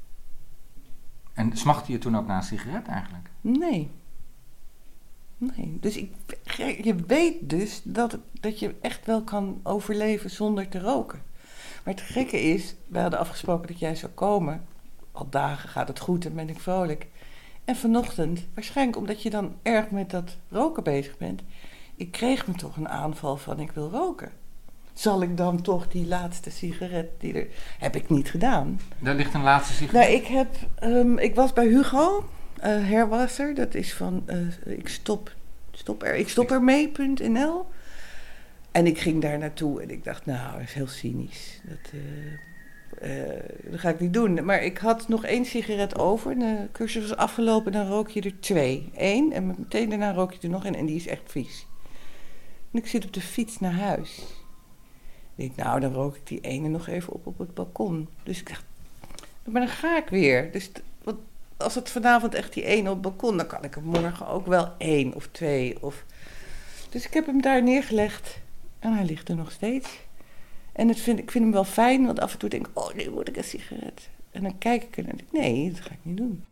En smachtte je toen ook naar een sigaret eigenlijk? Nee. Nee, dus ik, je weet dus dat, dat je echt wel kan overleven zonder te roken. Maar het gekke is, we hadden afgesproken dat jij zou komen. Al dagen gaat het goed en ben ik vrolijk. En vanochtend, waarschijnlijk omdat je dan erg met dat roken bezig bent, ik kreeg me toch een aanval van ik wil roken. Zal ik dan toch die laatste sigaret, die er, heb ik niet gedaan. Daar ligt een laatste sigaret? Nou, ik heb, um, ik was bij Hugo, uh, Hairwasser, dat is van, uh, ik stop, stop er, ik stop ermee punt n l. En ik ging daar naartoe en ik dacht, nou, dat is heel cynisch. Dat, uh, uh, dat ga ik niet doen. Maar ik had nog één sigaret over. De cursus was afgelopen, dan rook je er twee. Eén en meteen daarna rook je er nog één en die is echt vies. En ik zit op de fiets naar huis. Ik denk, nou, dan rook ik die ene nog even op op het balkon. Dus ik dacht, maar dan ga ik weer. Dus t- wat, als het vanavond echt die ene op het balkon, dan kan ik er morgen ook wel één of twee. Of... Dus ik heb hem daar neergelegd en hij ligt er nog steeds. En het vind, ik vind hem wel fijn, want af en toe denk ik, oh, nu word ik een sigaret. En dan kijk ik er en denk ik, nee, dat ga ik niet doen.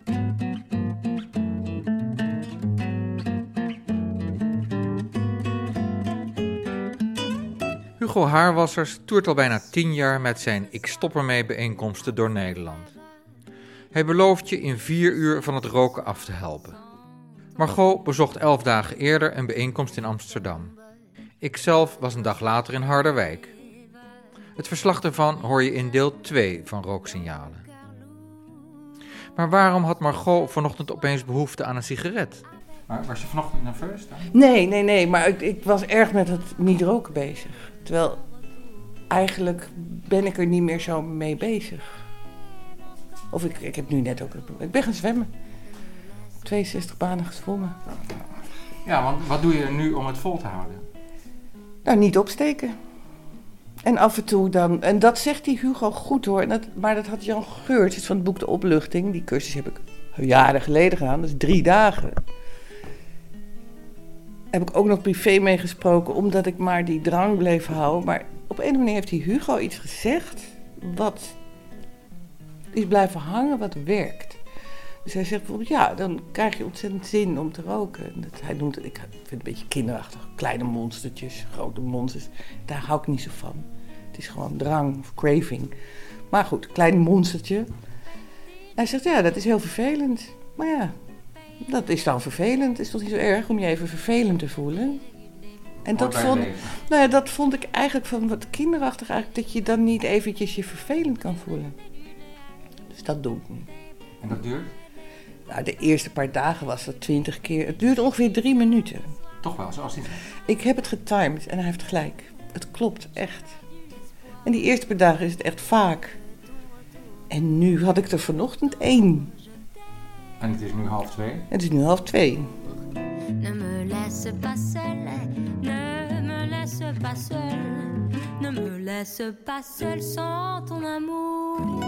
Hugo Hairwassers toert al bijna tien jaar met zijn Ik Stop Ermee bijeenkomsten door Nederland. Hij belooft je in vier uur van het roken af te helpen. Margot bezocht elf dagen eerder een bijeenkomst in Amsterdam. Ikzelf was een dag later in Harderwijk. Het verslag daarvan hoor je in deel twee van Rooksignalen. Maar waarom had Margot vanochtend opeens behoefte aan een sigaret? Maar was je vanochtend nerveus dan? Nee, nee, nee, maar ik, ik was erg met het niet roken bezig. Terwijl, eigenlijk ben ik er niet meer zo mee bezig. Of ik, ik heb nu net ook... Ik ben gaan zwemmen. tweeënzestig banen gezwommen. Ja, want wat doe je nu om het vol te houden? Nou, niet opsteken. En af en toe dan... En dat zegt die Hugo goed hoor. En dat, maar dat had Jan Geurts van het boek De Opluchting. Die cursus heb ik jaren geleden gedaan. Dat is drie dagen. Heb ik ook nog privé meegesproken, omdat ik maar die drang bleef houden. Maar op een of andere manier heeft die Hugo iets gezegd wat is blijven hangen, wat werkt. Dus hij zegt bijvoorbeeld, ja, dan krijg je ontzettend zin om te roken. Dat, hij noemt het, ik vind het een beetje kinderachtig, kleine monstertjes, grote monsters. Daar hou ik niet zo van. Het is gewoon drang of craving. Maar goed, klein monstertje. Hij zegt, ja, dat is heel vervelend. Maar ja, dat is dan vervelend. Het is toch niet zo erg om je even vervelend te voelen. En dat vond, nou ja, dat vond ik eigenlijk van wat kinderachtig eigenlijk, dat je dan niet eventjes je vervelend kan voelen. Dus dat doe ik nu. En dat duurt? Nou, de eerste paar dagen was dat twintig keer. Het duurde ongeveer drie minuten. Toch wel, zoals die. Ik heb het getimed en hij heeft gelijk. Het klopt, echt. En die eerste paar dagen is het echt vaak. En nu had ik er vanochtend één. En het is nu half twee? Het is nu half twee. Ne me laisse pas seul, ne me laisse pas seul, ne me laisse pas seul sans ton amour.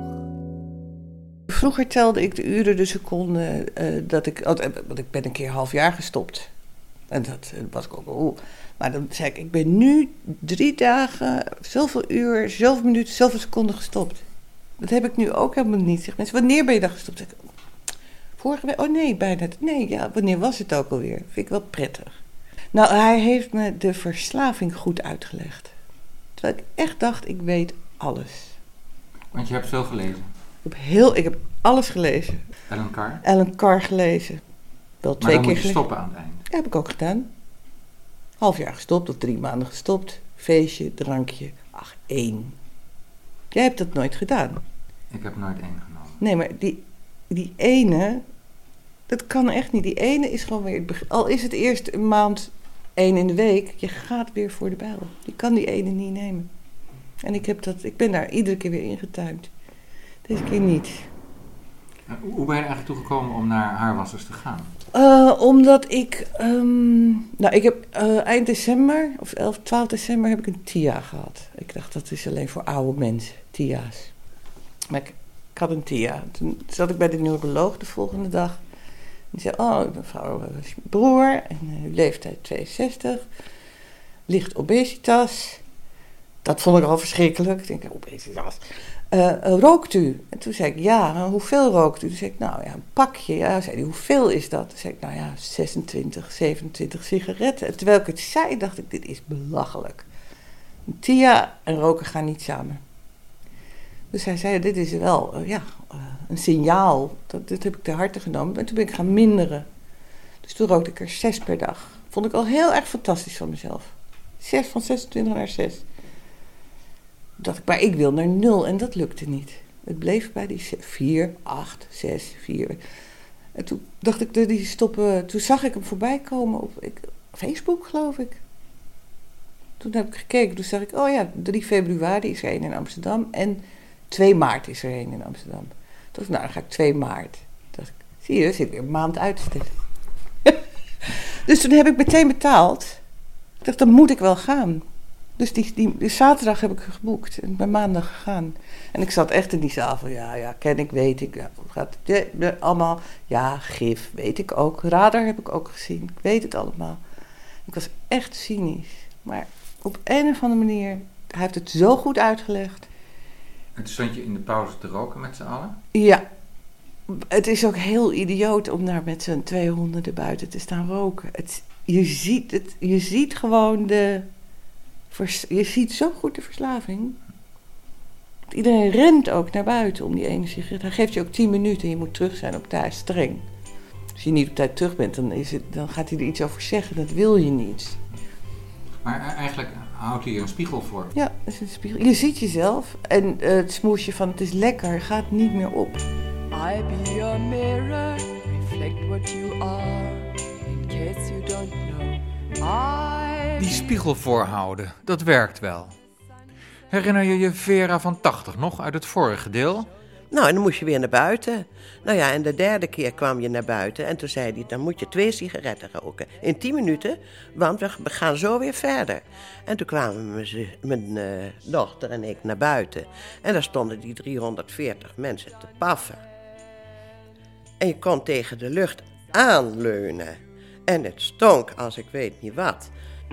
Vroeger telde ik de uren, de seconden uh, dat ik... Want ik ben een keer een half jaar gestopt. En dat uh, was ik ook... Oh. Maar dan zei ik, ik ben nu drie dagen, zoveel uur, zoveel minuten, zoveel seconden gestopt. Dat heb ik nu ook helemaal niet. Zeg mensen, wanneer ben je dan gestopt? Zeg ik, vorige week? Oh nee, bijna. Nee, ja, wanneer was het ook alweer? Vind ik wel prettig. Nou, hij heeft me de verslaving goed uitgelegd. Terwijl ik echt dacht, ik weet alles. Want je hebt veel gelezen? Ik heb, heel, ik heb alles gelezen. Ellen Carr? Ellen Carr gelezen. Wel twee maar dan keer moet je gelezen. stoppen aan het eind? Ja, heb ik ook gedaan. Half jaar gestopt of drie maanden gestopt. Feestje, drankje. Ach, één. Jij hebt dat nooit gedaan. Ik heb nooit één genomen. Nee, maar die, die ene, dat kan echt niet. Die ene is gewoon weer het begin. Al is het eerst een maand, één in de week, je gaat weer voor de bijl. Je kan die ene niet nemen. En ik, heb dat, ik ben daar iedere keer weer ingetuimd. Deze keer niet. Hoe ben je er eigenlijk toegekomen om naar Hairwassers te gaan? Uh, omdat ik, um, nou ik heb uh, eind december, of elf, twaalf december heb ik een T I A gehad. Ik dacht dat is alleen voor oude mensen, T I A's. Maar ik, ik had een T I A. Toen zat ik bij de neuroloog de volgende dag. Die zei, oh, mevrouw is mijn broer, en uh, leeftijd tweeënzestig, licht obesitas. Dat vond ik al verschrikkelijk. Ik denk, obesitas. Uh, uh, rookt u? En toen zei ik, ja, hoeveel rookt u? Toen zei ik, nou ja, een pakje. Ja, zei hij, hoeveel is dat? Toen zei ik, nou ja, zesentwintig, zevenentwintig sigaretten. En terwijl ik het zei, dacht ik, dit is belachelijk. Tia en roken gaan niet samen. Dus hij zei, dit is wel uh, ja, uh, een signaal. Dat, dit heb ik ter harte genomen. En toen ben ik gaan minderen. Dus toen rookte ik er zes per dag. Vond ik al heel erg fantastisch van mezelf. Zes, van zesentwintig naar zes. Dacht ik, maar ik wil naar nul en dat lukte niet. Het bleef bij die vier, acht, zes, vier. En toen dacht ik, die stoppen. Toen zag ik hem voorbij komen op ik, Facebook, geloof ik. Toen heb ik gekeken, toen zag ik, oh ja, drie februari is er één in Amsterdam en twee maart is er één in Amsterdam. Toen dacht ik, nou dan ga ik twee maart. Toen dacht ik, zie je, zit weer een maand uit te stellen. Dus toen heb ik meteen betaald. Ik dacht, dan moet ik wel gaan. Dus die, die, die zaterdag heb ik geboekt en ben maandag gegaan. En ik zat echt in die zaal van, ja, ja, ken ik, weet ik. Ja, gaat het, ja, allemaal, ja, gif, weet ik ook. Radar heb ik ook gezien, ik weet het allemaal. Ik was echt cynisch. Maar op een of andere manier, hij heeft het zo goed uitgelegd. En toen stond je in de pauze te roken met z'n allen? Ja. Het is ook heel idioot om daar met z'n tweehonderden buiten te staan roken. Het, je, ziet het, je ziet gewoon de... Je ziet zo goed de verslaving. Iedereen rent ook naar buiten om die ene sigaret. Hij geeft je ook tien minuten en je moet terug zijn op tijd, streng. Als je niet op tijd terug bent, dan, is het, dan gaat hij er iets over zeggen. Dat wil je niet. Maar eigenlijk houdt hij er een spiegel voor. Ja, dat is een spiegel. Je ziet jezelf en uh, het smoesje van het is lekker gaat niet meer op. I be your mirror, reflect what you are, in case you don't know. I... Die spiegel voorhouden, dat werkt wel. Herinner je je Vera van tachtig nog uit het vorige deel? Nou, en dan moest je weer naar buiten. Nou ja, en de derde keer kwam je naar buiten en toen zei hij, dan moet je twee sigaretten roken. In tien minuten, want we gaan zo weer verder. En toen kwamen mijn, mijn uh, dochter en ik naar buiten. En daar stonden die driehonderdveertig mensen te paffen. En je kon tegen de lucht aanleunen. En het stonk als ik weet niet wat.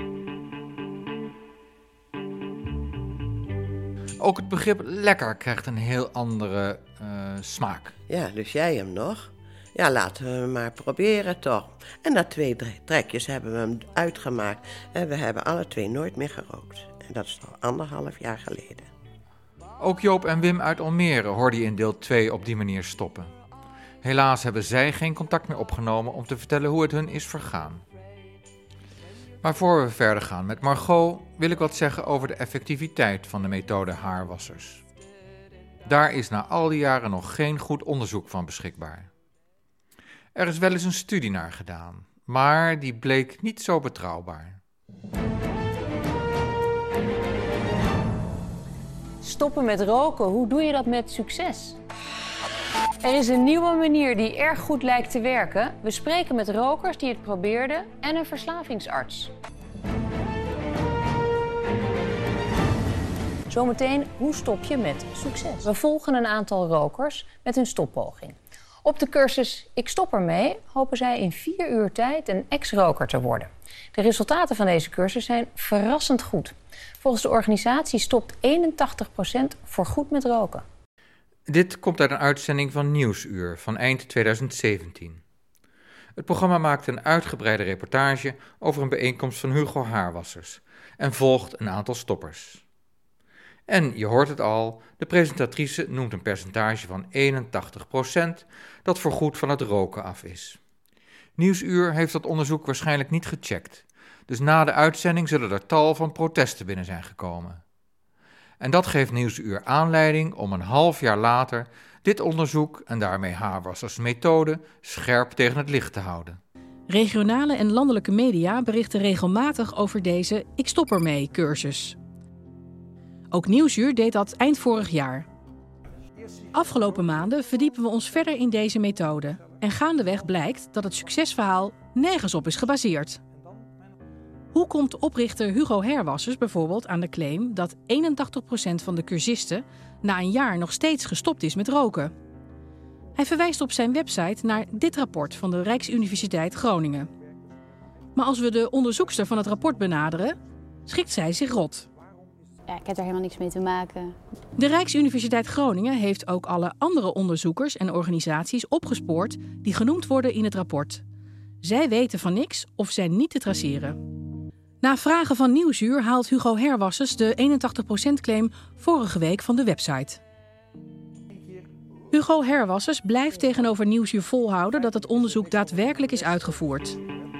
Ook het begrip lekker krijgt een heel andere uh, smaak. Ja, dus jij hem nog? Ja, laten we hem maar proberen toch. En na twee trekjes hebben we hem uitgemaakt. En we hebben alle twee nooit meer gerookt. En dat is al anderhalf jaar geleden. Ook Joop en Wim uit Almere hoorde je in deel twee op die manier stoppen. Helaas hebben zij geen contact meer opgenomen om te vertellen hoe het hun is vergaan. Maar voor we verder gaan met Margot wil ik wat zeggen over de effectiviteit van de methode haarwassers. Daar is na al die jaren nog geen goed onderzoek van beschikbaar. Er is wel eens een studie naar gedaan, maar die bleek niet zo betrouwbaar. Stoppen met roken, hoe doe je dat met succes? Er is een nieuwe manier die erg goed lijkt te werken. We spreken met rokers die het probeerden en een verslavingsarts. Zometeen, hoe stop je met succes? We volgen een aantal rokers met hun stoppoging. Op de cursus Ik stop ermee hopen zij in vier uur tijd een ex-roker te worden. De resultaten van deze cursus zijn verrassend goed. Volgens de organisatie stopt eenentachtig procent voorgoed met roken. Dit komt uit een uitzending van Nieuwsuur van eind tweeduizend zeventien. Het programma maakte een uitgebreide reportage over een bijeenkomst van Hugo Haarwassers en volgt een aantal stoppers. En je hoort het al, de presentatrice noemt een percentage van eenentachtig procent dat voorgoed van het roken af is. Nieuwsuur heeft dat onderzoek waarschijnlijk niet gecheckt, dus na de uitzending zullen er tal van protesten binnen zijn gekomen. En dat geeft Nieuwsuur aanleiding om een half jaar later dit onderzoek en daarmee Haarwassers methode scherp tegen het licht te houden. Regionale en landelijke media berichten regelmatig over deze Ik stop ermee cursus. Ook Nieuwsuur deed dat eind vorig jaar. Afgelopen maanden verdiepen we ons verder in deze methode en gaandeweg blijkt dat het succesverhaal nergens op is gebaseerd. Hoe komt oprichter Hugo Haarwassers bijvoorbeeld aan de claim dat eenentachtig procent van de cursisten na een jaar nog steeds gestopt is met roken? Hij verwijst op zijn website naar dit rapport van de Rijksuniversiteit Groningen. Maar als we de onderzoekster van het rapport benaderen, schikt zij zich rot. Ja, ik heb daar helemaal niks mee te maken. De Rijksuniversiteit Groningen heeft ook alle andere onderzoekers en organisaties opgespoord die genoemd worden in het rapport. Zij weten van niks of zijn niet te traceren. Na vragen van Nieuwsuur haalt Hugo Herwassers de eenentachtig procent claim vorige week van de website. Hugo Herwassers blijft tegenover Nieuwsuur volhouden dat het onderzoek daadwerkelijk is uitgevoerd.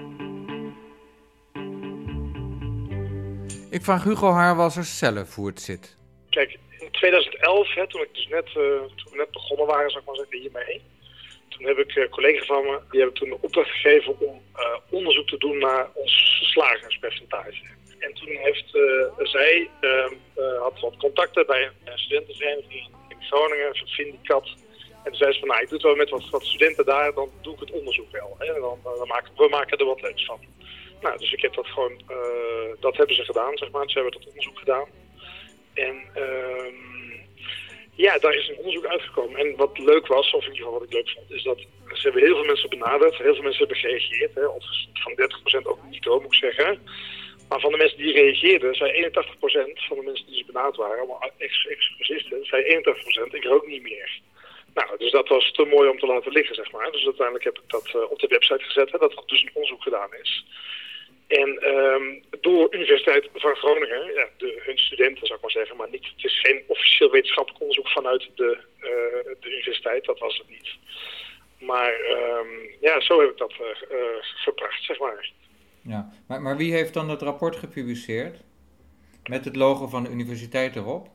Ik vraag Hugo Herwassers zelf hoe het zit. Kijk, in tweeduizend elf, hè, toen, ik dus net, uh, toen we net begonnen waren, zou ik maar zeggen, hiermee. Toen heb ik uh, collega's van me, die hebben toen de opdracht gegeven om uh, onderzoek te doen naar ons verslagingspercentage. En toen heeft uh, zij, uh, uh, had wat contacten bij een studentenvereniging in Groningen, een Vindicat. En toen zei ze van, nou, ik doe het wel met wat, wat studenten daar, dan doe ik het onderzoek wel. Hè. En dan, uh, dan maken, we maken er wat leuks van. Nou, dus ik heb dat gewoon, uh, dat hebben ze gedaan, zeg maar. Ze hebben dat onderzoek gedaan. En uh, ja, daar is een onderzoek uitgekomen. En wat leuk was, of in ieder geval wat ik leuk vond, is dat ze hebben heel veel mensen benaderd. Heel veel mensen hebben gereageerd. Hè, of van dertig procent ook niet hoor, moet ik zeggen. Maar van de mensen die reageerden, zei eenentachtig procent van de mensen die ze benaderd waren, allemaal ex-exorcisten, zei eenentachtig procent, ik rook niet meer. Nou, dus dat was te mooi om te laten liggen, zeg maar. Dus uiteindelijk heb ik dat uh, op de website gezet, hè, dat er dus een onderzoek gedaan is. En um, door de Universiteit van Groningen, ja, de, hun studenten zou ik maar zeggen, maar niet, het is geen officieel wetenschappelijk onderzoek vanuit de, uh, de universiteit, dat was het niet. Maar um, ja, zo heb ik dat uh, uh, gebracht, zeg maar. Ja, maar, maar wie heeft dan het rapport gepubliceerd? Met het logo van de universiteit erop?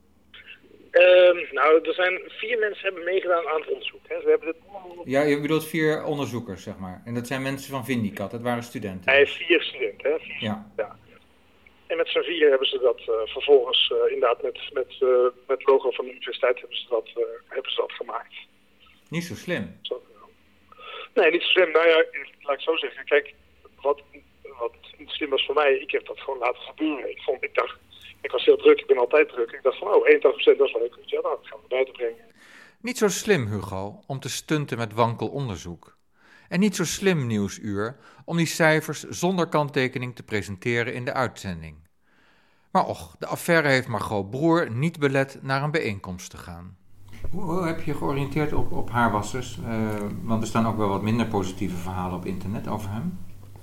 Um, nou, er zijn vier mensen hebben meegedaan aan het onderzoek. Hè. We hebben dit... Ja, je bedoelt vier onderzoekers, zeg maar. En dat zijn mensen van Vindicat, dat waren studenten. Hij heeft vier studenten, hè? Vier ja. ja. En met z'n vier hebben ze dat uh, vervolgens, uh, inderdaad, met, met, uh, met het logo van de universiteit hebben ze dat, uh, hebben ze dat gemaakt. Niet zo slim. Zo. Nee, niet zo slim. Nou ja, laat ik zo zeggen. Kijk, wat, wat niet slim was voor mij, ik heb dat gewoon laten gebeuren. Ik vond, ik dacht... Ik was heel druk, ik ben altijd druk. Ik dacht van, oh, eenentachtig procent, dat is leuk. Ja, nou, dat gaan we buiten brengen. Niet zo slim, Hugo, om te stunten met wankel onderzoek. En niet zo slim, Nieuwsuur, om die cijfers zonder kanttekening te presenteren in de uitzending. Maar och, de affaire heeft Margot Broer niet belet naar een bijeenkomst te gaan. Hoe, hoe heb je georiënteerd op, op Herwassers? Uh, want er staan ook wel wat minder positieve verhalen op internet over hem.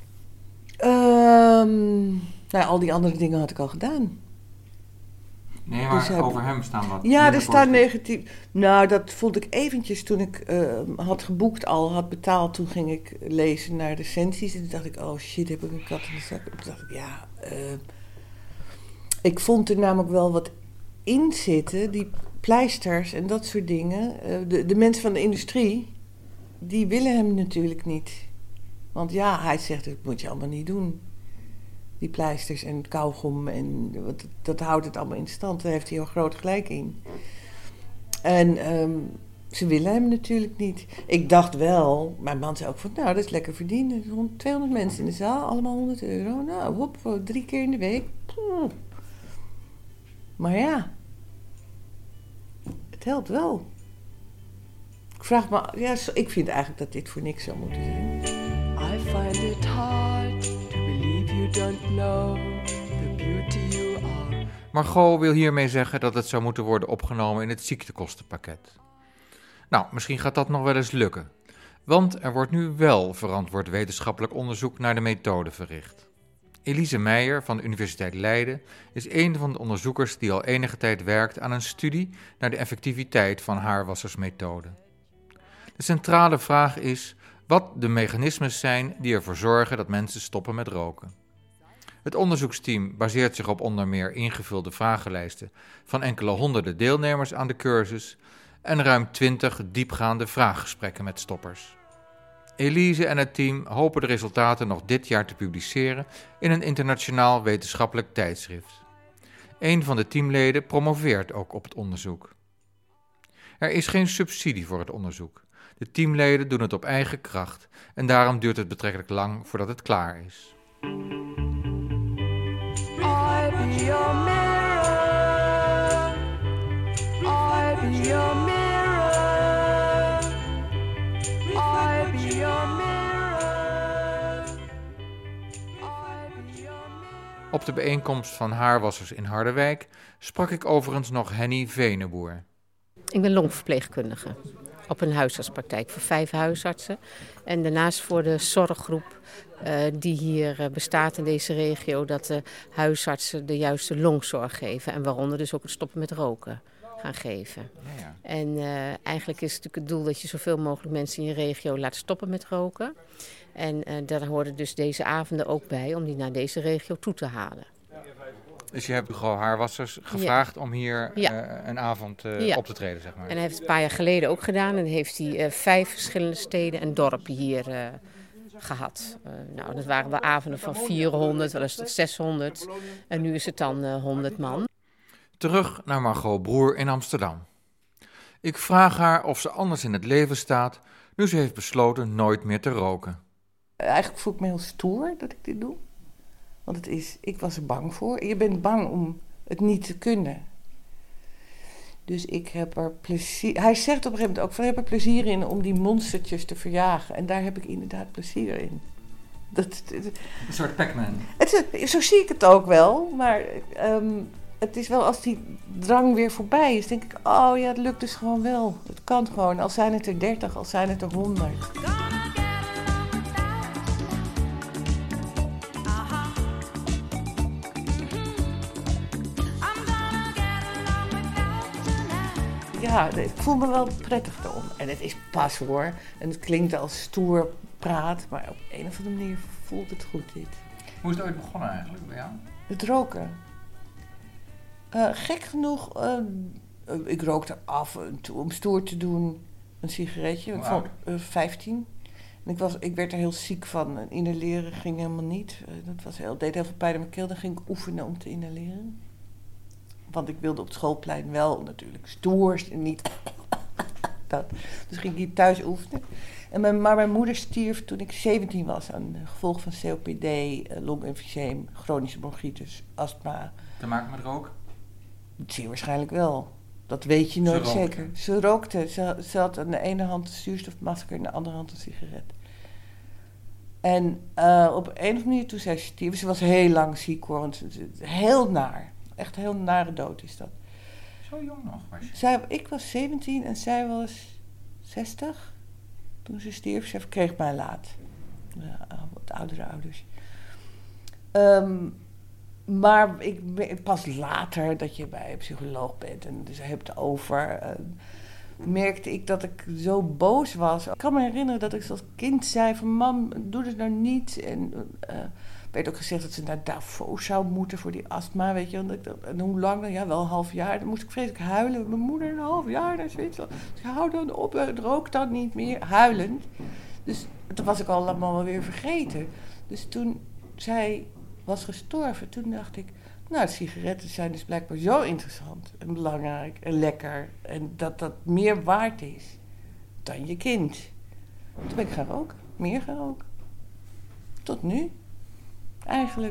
Um, nou, al die andere dingen had ik al gedaan. Nee, maar dus over hem staan wat... Ja, er staat negatief... Nou, dat vond ik eventjes toen ik uh, had geboekt al, had betaald. Toen ging ik lezen naar recensies. En toen dacht ik, oh shit, heb ik een kat in de zak. Toen dacht ik, ja... Uh, ik vond er namelijk wel wat in zitten. Die pleisters en dat soort dingen. Uh, de, de mensen van de industrie, die willen hem natuurlijk niet. Want ja, hij zegt, dat moet je allemaal niet doen. Die pleisters en kauwgom en dat, dat houdt het allemaal in stand. Daar heeft hij heel groot gelijk in. En um, ze willen hem natuurlijk niet. Ik dacht wel, mijn man zei ook van, nou, dat is lekker verdienen. tweehonderd mensen in de zaal, allemaal honderd euro. Nou, hop, drie keer in de week. Poeh. Maar ja, het helpt wel. Ik vraag me, ja, ik vind eigenlijk dat dit voor niks zou moeten zijn. I find it hard to believe you don't know the beauty you are. Margot wil hiermee zeggen dat het zou moeten worden opgenomen in het ziektekostenpakket. Nou, misschien gaat dat nog wel eens lukken. Want er wordt nu wel verantwoord wetenschappelijk onderzoek naar de methode verricht. Elise Meijer van de Universiteit Leiden is een van de onderzoekers die al enige tijd werkt aan een studie naar de effectiviteit van Herwassers-methode. De centrale vraag is wat de mechanismes zijn die ervoor zorgen dat mensen stoppen met roken. Het onderzoeksteam baseert zich op onder meer ingevulde vragenlijsten van enkele honderden deelnemers aan de cursus en ruim twintig diepgaande vraaggesprekken met stoppers. Elise en het team hopen de resultaten nog dit jaar te publiceren in een internationaal wetenschappelijk tijdschrift. Een van de teamleden promoveert ook op het onderzoek. Er is geen subsidie voor het onderzoek. De teamleden doen het op eigen kracht en daarom duurt het betrekkelijk lang voordat het klaar is. I be your mirror. I be your mirror. Op de bijeenkomst van haarwassers in Harderwijk sprak ik overigens nog Henny Veneboer. Ik ben longverpleegkundige op een huisartspraktijk voor vijf huisartsen. En daarnaast voor de zorggroep uh, die hier uh, bestaat in deze regio, dat de huisartsen de juiste longzorg geven. En waaronder dus ook het stoppen met roken gaan geven. Ja, ja. En uh, eigenlijk is het natuurlijk het doel dat je zoveel mogelijk mensen in je regio laat stoppen met roken. En uh, daar horen dus deze avonden ook bij om die naar deze regio toe te halen. Dus je hebt Hugo Haarwassers gevraagd ja. om hier ja. uh, een avond uh, ja. op te treden, zeg maar. En hij heeft het een paar jaar geleden ook gedaan. En heeft hij uh, vijf verschillende steden en dorpen hier uh, gehad. Uh, nou, dat waren wel avonden van vierhonderd, wel eens tot zeshonderd. En nu is het dan uh, honderd man. Terug naar Margot Broer in Amsterdam. Ik vraag haar of ze anders in het leven staat, nu ze heeft besloten nooit meer te roken. Eigenlijk voel ik me heel stoer dat ik dit doe. Want het is, ik was er bang voor. Je bent bang om het niet te kunnen. Dus ik heb er plezier... Hij zegt op een gegeven moment ook van, ik heb er plezier in om die monstertjes te verjagen. En daar heb ik inderdaad plezier in. Dat, dat, een soort Pac-Man. Het, zo zie ik het ook wel. Maar um, het is wel als die drang weer voorbij is, denk ik, oh ja, het lukt dus gewoon wel. Het kan gewoon. Al zijn het er dertig, al zijn het er honderd. Ja, ik voel me wel prettig erom. En het is pas hoor. En het klinkt als stoer praat. Maar op een of andere manier voelt het goed dit. Hoe is het ooit begonnen eigenlijk bij jou? Het roken. Uh, gek genoeg, uh, ik rookte af en toe om stoer te doen. Een sigaretje. Ik vond uh, vijftien. En ik, was, ik werd er heel ziek van. En inhaleren ging helemaal niet. Uh, dat was heel, deed heel veel pijn in mijn keel. Dan ging ik oefenen om te inhaleren. Want ik wilde op het schoolplein wel natuurlijk stoer en niet dat. Dus ging ik hier thuis oefenen. En mijn, maar mijn moeder stierf toen ik zeventien was aan de gevolgen van C O P D, longemfyseem, chronische bronchitis, astma. Te maken met rook? Zeer waarschijnlijk wel. Dat weet je nooit ze zeker. Ze rookte. Ze, ze had aan de ene hand een zuurstofmasker en aan de andere hand een sigaret. En uh, op een of andere manier toen zij stierf, ze was heel lang ziek hoor, want heel naar. Echt een heel nare dood is dat. Zo jong nog was je? Zij, ik was zeventien en zij was zestig. Toen ze stierf. Ze kreeg mij laat. Ja, wat oudere ouders. Um, maar ik, pas later dat je bij een psycholoog bent en dus hebt over... Uh, merkte ik dat ik zo boos was. Ik kan me herinneren dat ik als kind zei van... Mam, doe het nou niet. En... Uh, werd ook gezegd dat ze naar Davos zou moeten voor die astma, weet je. En hoe lang dan? Ja, wel een half jaar. Dan moest ik vreselijk huilen. Mijn moeder een half jaar naar Zwitserland. Dus hou dan op, rook dan niet meer. Huilend. Dus dat was ik al allemaal weer vergeten. Dus toen zij was gestorven, toen dacht ik... Nou, sigaretten zijn dus blijkbaar zo interessant en belangrijk en lekker. En dat dat meer waard is dan je kind. Toen ben ik gaan roken. Meer gaan roken. Tot nu. Eigenlijk.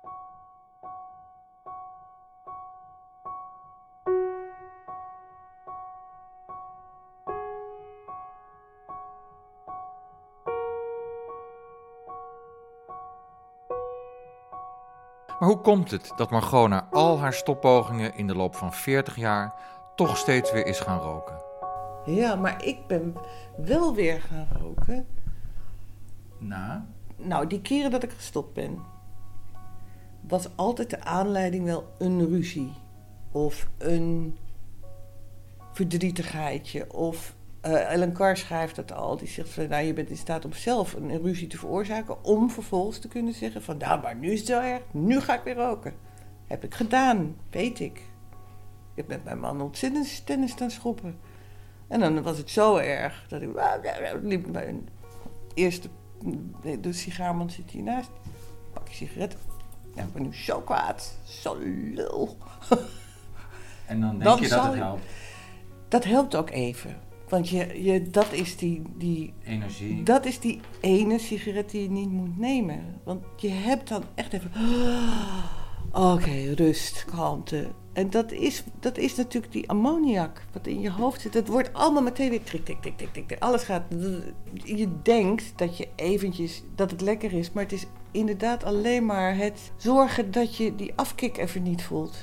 Maar hoe komt het dat Margot na al haar stoppogingen in de loop van veertig jaar toch steeds weer is gaan roken? Ja, maar ik ben wel weer gaan roken. Na? Nou, die keren dat ik gestopt ben, was altijd de aanleiding wel een ruzie. Of een verdrietigheidje. Of uh, Ellen Carr schrijft dat al. Die zegt van, nou, je bent in staat om zelf een, een ruzie te veroorzaken. Om vervolgens te kunnen zeggen van, nou, maar nu is het zo erg. Nu ga ik weer roken. Heb ik gedaan, weet ik. Ik heb met mijn man ontzettend tennis staan schoppen. En dan was het zo erg dat ik... liep bij een eerste... De sigaarman zit hiernaast. Pak je sigaret. Ja, ik ben nu zo kwaad. Zo lul. En dan denk dan je dat het helpt? Dat helpt ook even. Want je, je, dat is die, die... Energie. Dat is die ene sigaret die je niet moet nemen. Want je hebt dan echt even... Oké, okay, rust, kalmte. En dat is, dat is natuurlijk die ammoniak wat in je hoofd zit. Het wordt allemaal meteen weer tik, tik, tik, tik, tik. Alles gaat... Je denkt dat je eventjes... Dat het lekker is, maar het is inderdaad alleen maar het zorgen dat je die afkik even niet voelt.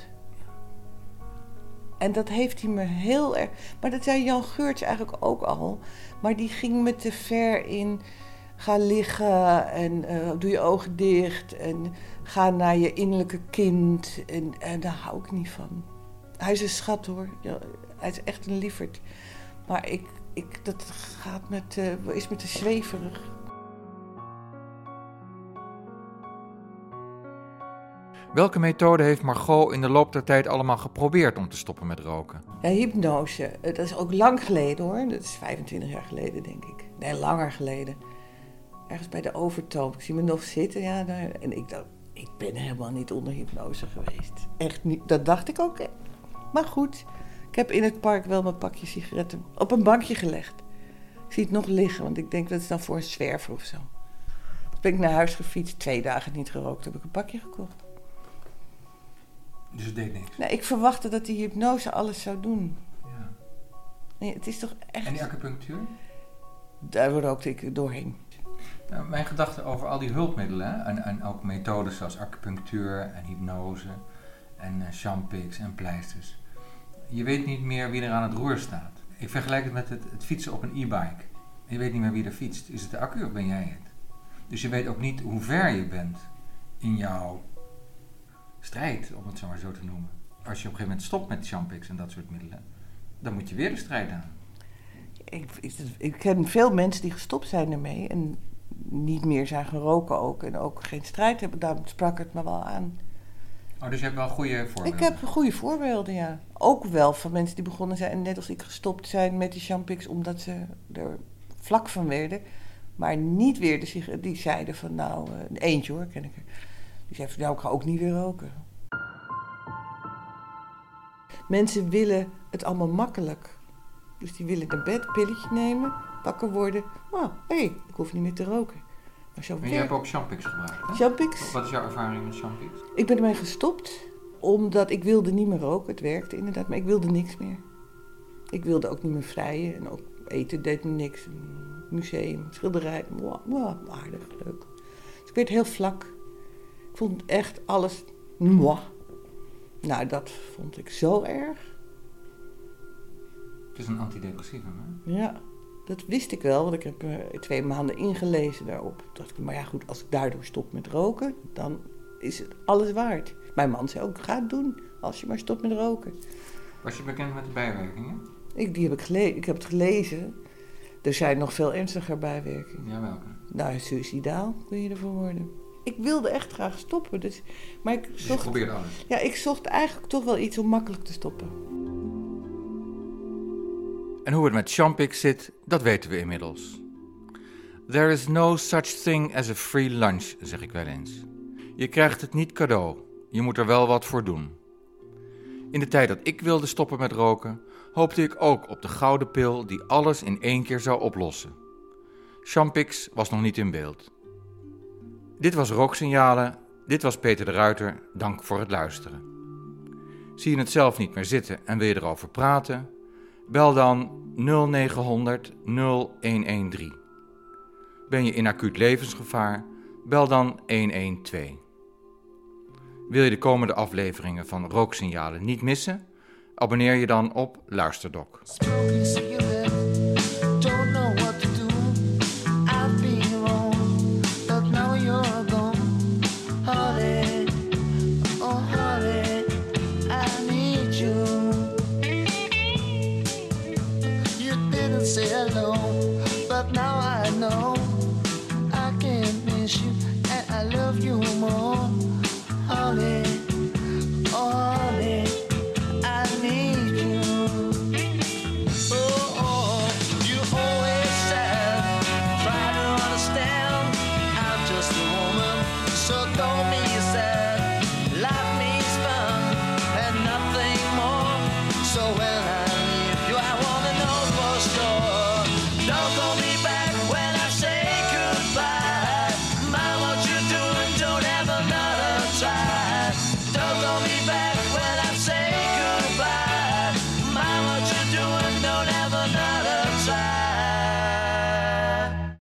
En dat heeft hij me heel erg... Maar dat zei Jan Geurts eigenlijk ook al. Maar die ging me te ver in... Ga liggen en uh, doe je ogen dicht. En ga naar je innerlijke kind. En, en daar hou ik niet van. Hij is een schat hoor. Ja, hij is echt een lieverd. Maar ik, ik, dat gaat met, uh, is me te zweverig. Welke methode heeft Margot in de loop der tijd allemaal geprobeerd om te stoppen met roken? Ja, hypnose. Dat is ook lang geleden hoor. Dat is vijfentwintig jaar geleden denk ik. Nee, langer geleden. Ergens bij de Overtoom. Ik zie me nog zitten. Ja, daar. En ik dacht, ik ben helemaal niet onder hypnose geweest. Echt niet. Dat dacht ik ook. Maar goed, ik heb in het park wel mijn pakje sigaretten op een bankje gelegd. Ik zie het nog liggen, want ik denk dat is dan voor een zwerver of zo. Toen ben ik naar huis gefietst. Twee dagen niet gerookt. Toen heb ik een pakje gekocht. Dus het deed niks? Nee, ik verwachtte dat die hypnose alles zou doen. Ja. Nee, het is toch echt... En die acupunctuur? Daar rookte ik doorheen. Nou, mijn gedachten over al die hulpmiddelen, hè? En, en ook methodes zoals acupunctuur en hypnose en uh, champix en pleisters. Je weet niet meer wie er aan het roer staat. Ik vergelijk het met het, het fietsen op een e-bike. Je weet niet meer wie er fietst. Is het de accu of ben jij het? Dus je weet ook niet hoe ver je bent in jouw strijd, om het zo maar zo te noemen. Als je op een gegeven moment stopt met champix en dat soort middelen, dan moet je weer de strijd aan. Ik, ik, ik ken veel mensen die gestopt zijn ermee en niet meer zijn gaan roken ook. En ook geen strijd hebben, daar sprak het me wel aan. Oh, dus je hebt wel goede voorbeelden? Ik heb goede voorbeelden, ja. Ook wel van mensen die begonnen zijn en net als ik gestopt zijn met die champix omdat ze er vlak van werden. Maar niet weer de sigaret, die zeiden van nou, een eentje hoor, ken ik er. Die zei van nou, ik ga ook niet weer roken. Mensen willen het allemaal makkelijk. Dus die willen naar bed, pilletje nemen, wakker worden. Oh, hé, hey, ik hoef niet meer te roken. Maar zo en je hebt ook champix gebruikt, hè? Champix? Wat is jouw ervaring met champix? Ik ben ermee gestopt, omdat ik wilde niet meer roken. Het werkte inderdaad, maar ik wilde niks meer. Ik wilde ook niet meer vrijen en ook eten deed me niks. Een museum, schilderij, wow, wow, aardig, leuk. Dus ik werd heel vlak. Ik vond echt alles, mwah. Nou, dat vond ik zo erg. Het is een antidepressivum, hè? Ja, dat wist ik wel, want ik heb er twee maanden ingelezen daarop. Toen dacht ik, maar ja goed, als ik daardoor stop met roken, dan is het alles waard. Mijn man zei ook, ga het doen, als je maar stopt met roken. Was je bekend met de bijwerkingen? Ik, die heb ik, gele- ik heb het gelezen. Er zijn nog veel ernstiger bijwerkingen. Ja, welke? Nou, suïcidaal kun je ervoor worden. Ik wilde echt graag stoppen, dus... Maar ik dus zocht, je probeerde alles? Ja, ik zocht eigenlijk toch wel iets om makkelijk te stoppen. En hoe het met champix zit, dat weten we inmiddels. There is no such thing as a free lunch, zeg ik wel eens. Je krijgt het niet cadeau, je moet er wel wat voor doen. In de tijd dat ik wilde stoppen met roken, hoopte ik ook op de gouden pil die alles in één keer zou oplossen. Champix was nog niet in beeld. Dit was Rooksignalen, dit was Peter de Ruiter, dank voor het luisteren. Zie je het zelf niet meer zitten en wil je erover praten? Bel dan nul negenhonderd nul honderddertien. Ben je in acuut levensgevaar? Bel dan honderdtwaalf. Wil je de komende afleveringen van Rooksignalen niet missen? Abonneer je dan op Luisterdoc.